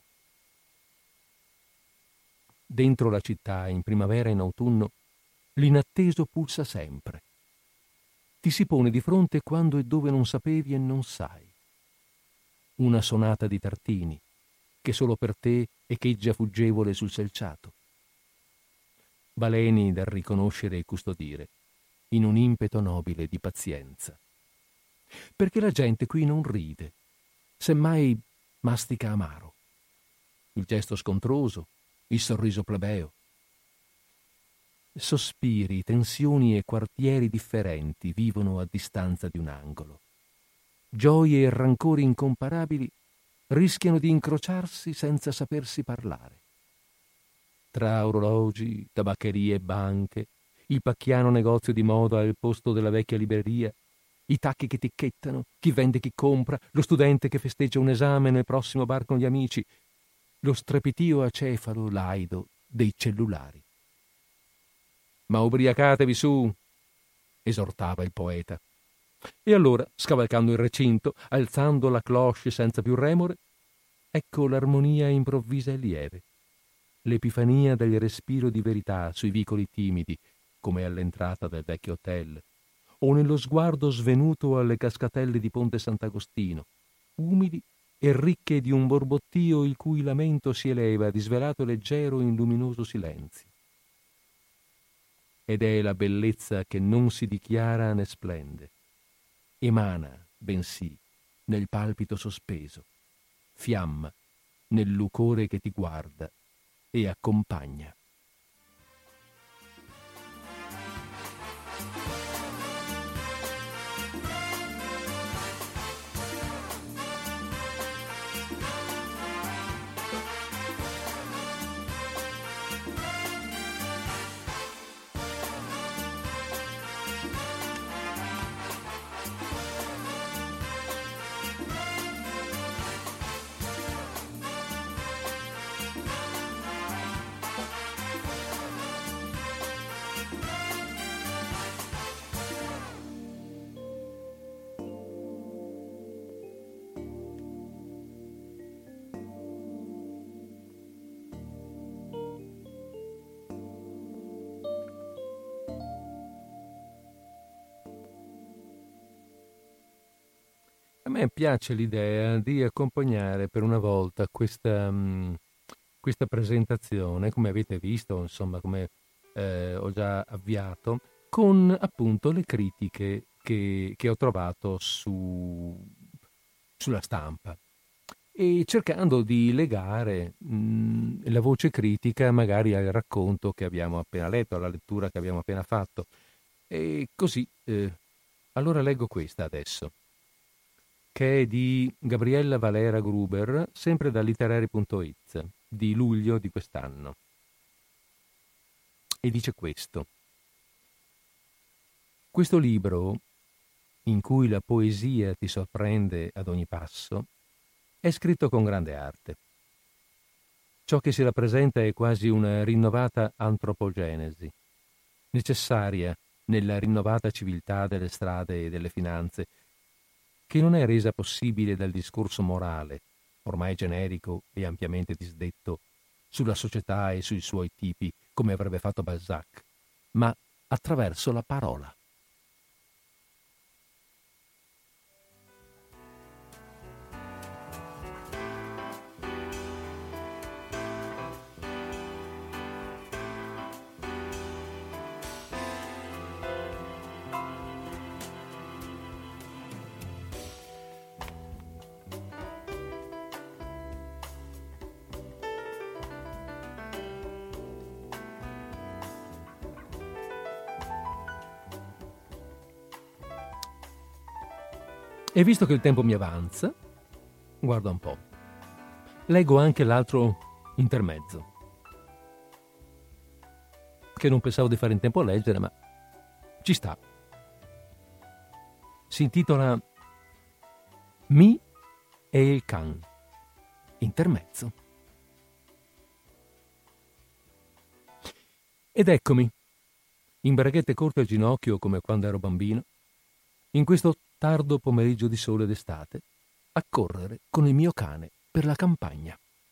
Dentro la città, in primavera e in autunno, l'inatteso pulsa sempre. Ti si pone di fronte quando e dove non sapevi e non sai. Una sonata di Tartini, che solo per te echeggia fuggevole sul selciato. Baleni da riconoscere e custodire, in un impeto nobile di pazienza. Perché la gente qui non ride, semmai mastica amaro. Il gesto scontroso, il sorriso plebeo. Sospiri, tensioni e quartieri differenti vivono a distanza di un angolo. Gioie e rancori incomparabili rischiano di incrociarsi senza sapersi parlare. Tra orologi, tabaccherie e banche, il pacchiano negozio di moda al posto della vecchia libreria, i tacchi che ticchettano, chi vende chi compra, lo studente che festeggia un esame nel prossimo bar con gli amici, lo strepitio acefalo laido dei cellulari. «Ma ubriacatevi su!» esortava il poeta. E allora, scavalcando il recinto, alzando la cloche senza più remore, ecco l'armonia improvvisa e lieve, l'epifania del respiro di verità sui vicoli timidi, come all'entrata del vecchio hotel, o nello sguardo svenuto alle cascatelle di Ponte Sant'Agostino, umidi e ricche di un borbottio il cui lamento si eleva disvelato e leggero in luminoso silenzio. Ed è la bellezza che non si dichiara né splende, emana, bensì, nel palpito sospeso, fiamma nel lucore che ti guarda e accompagna. A me piace l'idea di accompagnare per una volta questa, mh, questa presentazione, come avete visto, insomma, come eh, ho già avviato, con appunto le critiche che, che ho trovato su, sulla stampa e cercando di legare mh, la voce critica magari al racconto che abbiamo appena letto, alla lettura che abbiamo appena fatto. E così, eh, allora leggo questa adesso. che è di Gabriella Valera Gruber, sempre da literari punto it, di luglio di quest'anno. E dice questo: questo libro, in cui la poesia ti sorprende ad ogni passo, è scritto con grande arte. Ciò che si rappresenta è quasi una rinnovata antropogenesi, necessaria nella rinnovata civiltà delle strade e delle finanze, che non è resa possibile dal discorso morale, ormai generico e ampiamente disdetto, sulla società e sui suoi tipi, come avrebbe fatto Balzac, ma attraverso la parola. E visto che il tempo mi avanza, guarda un po', leggo anche l'altro intermezzo, che non pensavo di fare in tempo a leggere, ma ci sta. Si intitola Mi e il can, intermezzo. Ed eccomi, in braghette corte al ginocchio come quando ero bambino, in questo tardo pomeriggio di sole d'estate, a correre con il mio cane per la campagna.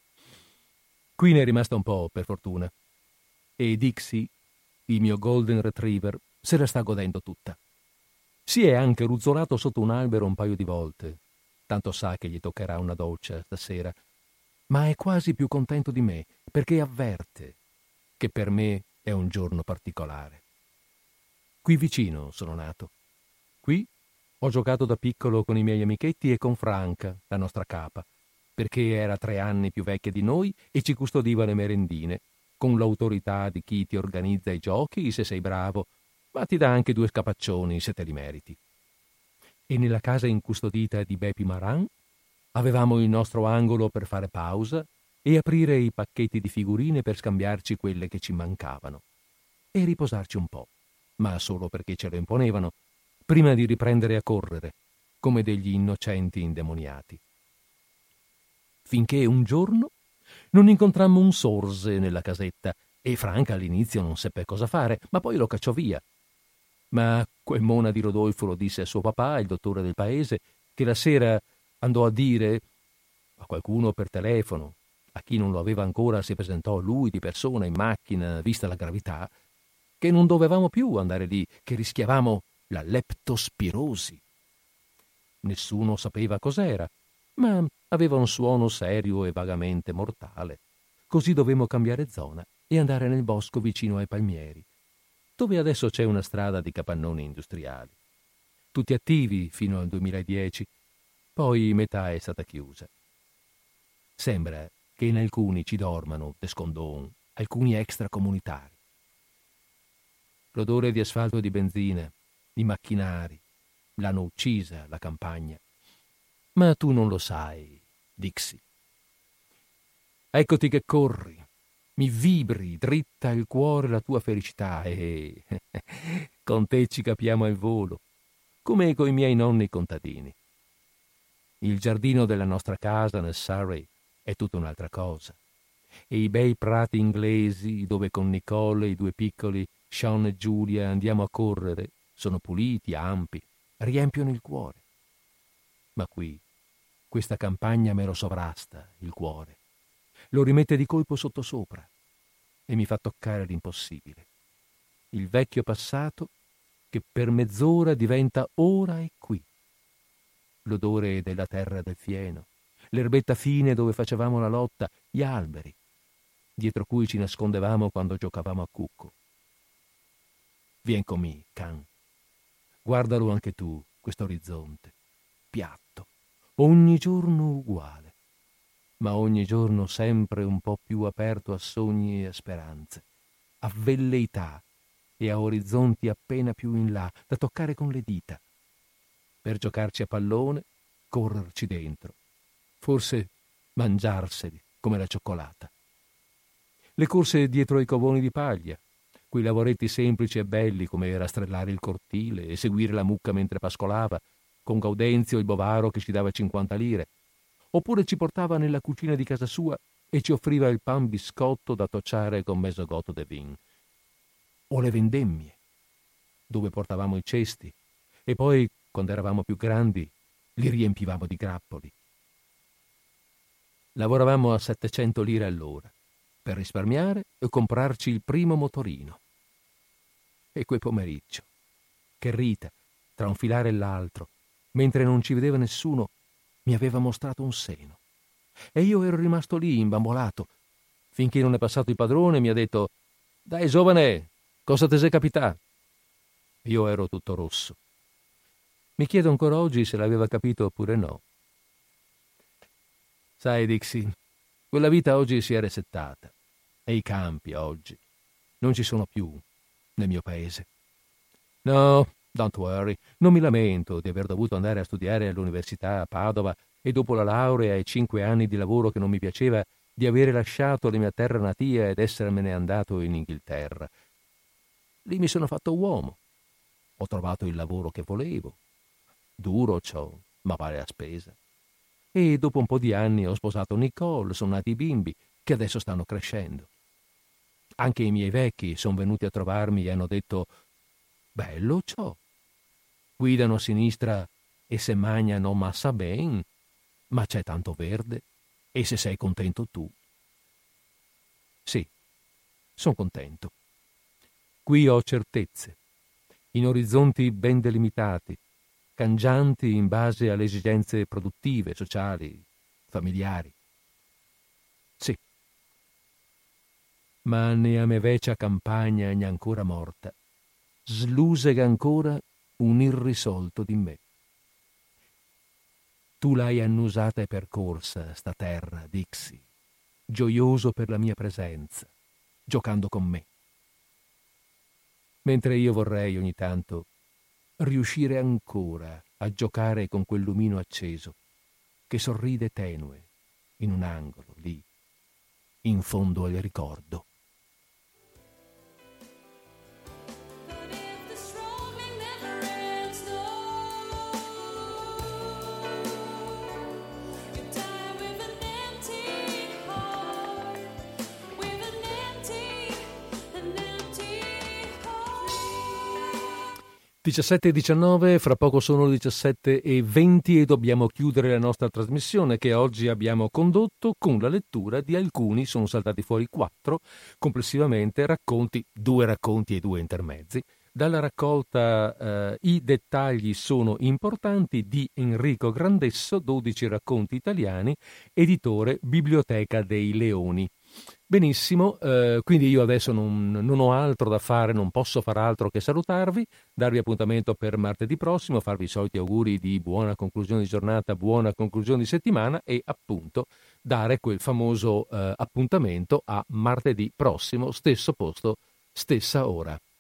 Qui ne è rimasta un po', per fortuna, e Dixie, il mio golden retriever, se la sta godendo tutta. Si è anche ruzzolato sotto un albero un paio di volte, tanto sa che gli toccherà una doccia stasera, ma è quasi più contento di me, perché avverte che per me è un giorno particolare. Qui vicino sono nato. Qui ho giocato da piccolo con i miei amichetti e con Franca, la nostra capa, perché era tre anni più vecchia di noi e ci custodiva le merendine, con l'autorità di chi ti organizza i giochi se sei bravo, ma ti dà anche due scapaccioni se te li meriti. E nella casa incustodita di Bepi Maran avevamo il nostro angolo per fare pausa e aprire i pacchetti di figurine per scambiarci quelle che ci mancavano e riposarci un po', ma solo perché ce lo imponevano, prima di riprendere a correre, come degli innocenti indemoniati. Finché un giorno non incontrammo un sorse nella casetta e Franca all'inizio non seppe cosa fare, ma poi lo cacciò via. Ma quel mona di Rodolfo lo disse a suo papà, il dottore del paese, che la sera andò a dire a qualcuno per telefono, a chi non lo aveva ancora si presentò lui di persona in macchina, vista la gravità, che non dovevamo più andare lì, che rischiavamo la leptospirosi. Nessuno sapeva cos'era, ma aveva un suono serio e vagamente mortale. Così dovemmo cambiare zona e andare nel bosco vicino ai palmieri, dove adesso c'è una strada di capannoni industriali. Tutti attivi fino al duemiladieci, poi metà è stata chiusa. Sembra che in alcuni ci dormano, descondon, alcuni extracomunitari. L'odore di asfalto e di benzina, i macchinari, l'hanno uccisa la campagna. Ma tu non lo sai, Dixie. Eccoti che corri, mi vibri dritta al cuore la tua felicità e con te ci capiamo al volo, come coi miei nonni contadini. Il giardino della nostra casa nel Surrey è tutta un'altra cosa, e i bei prati inglesi dove con Nicole e i due piccoli Sean e Giulia andiamo a correre sono puliti, ampi, riempiono il cuore. Ma qui, questa campagna me lo sovrasta, il cuore. Lo rimette di colpo sottosopra e mi fa toccare l'impossibile. Il vecchio passato che per mezz'ora diventa ora e qui. L'odore della terra del fieno, l'erbetta fine dove facevamo la lotta, gli alberi, dietro cui ci nascondevamo quando giocavamo a cucco. Vien con me, can. Guardalo anche tu, questo orizzonte, piatto, ogni giorno uguale, ma ogni giorno sempre un po' più aperto a sogni e a speranze, a velleità e a orizzonti appena più in là, da toccare con le dita, per giocarci a pallone correrci dentro, forse mangiarseli come la cioccolata. Le corse dietro ai covoni di paglia, quei lavoretti semplici e belli come rastrellare il cortile e seguire la mucca mentre pascolava, con Gaudenzio il bovaro che ci dava cinquanta lire, oppure ci portava nella cucina di casa sua e ci offriva il pan biscotto da tocciare con mezzo gotto de vin. O le vendemmie, dove portavamo i cesti e poi, quando eravamo più grandi, li riempivamo di grappoli. Lavoravamo a settecento lire all'ora per risparmiare e comprarci il primo motorino. E quel pomeriggio, che Rita, tra un filare e l'altro, mentre non ci vedeva nessuno, mi aveva mostrato un seno. E io ero rimasto lì, imbambolato, finché non è passato il padrone e mi ha detto: «Dai, giovane, cosa ti sei capitato?» Io ero tutto rosso. Mi chiedo ancora oggi se l'aveva capito oppure no. Sai, Dixie, quella vita oggi si è resettata e i campi oggi non ci sono più nel mio paese. No, don't worry, non mi lamento di aver dovuto andare a studiare all'università a Padova e dopo la laurea e cinque anni di lavoro che non mi piaceva di avere lasciato la mia terra natia ed essermene andato in Inghilterra. Lì mi sono fatto uomo, ho trovato il lavoro che volevo, duro ciò, ma vale la spesa. E dopo un po' di anni ho sposato Nicole, sono nati i bimbi, che adesso stanno crescendo. Anche i miei vecchi sono venuti a trovarmi e hanno detto: «Bello ciò, guidano a sinistra e se magnano massa ben, ma c'è tanto verde, e se sei contento tu». Sì, sono contento. Qui ho certezze, in orizzonti ben delimitati, cangianti in base alle esigenze produttive, sociali, familiari. Sì. Ma ne a me vecia campagna ne ancora morta, slusega ancora un irrisolto di me. Tu l'hai annusata e percorsa, sta terra, Dixie, gioioso per la mia presenza, giocando con me. Mentre io vorrei ogni tanto riuscire ancora a giocare con quel lumino acceso che sorride tenue in un angolo lì, in fondo al ricordo. diciassette e diciannove, fra poco sono le diciassette e venti e dobbiamo chiudere la nostra trasmissione che oggi abbiamo condotto con la lettura di alcuni, sono saltati fuori quattro, complessivamente racconti, due racconti e due intermezzi, dalla raccolta eh, I dettagli sono importanti di Enrico Grandesso, dodici racconti italiani, editore Biblioteca dei Leoni. Benissimo, eh, quindi io adesso non, non ho altro da fare, non posso far altro che salutarvi, darvi appuntamento per martedì prossimo, farvi i soliti auguri di buona conclusione di giornata, buona conclusione di settimana e appunto dare quel famoso eh, appuntamento a martedì prossimo, stesso posto, stessa ora.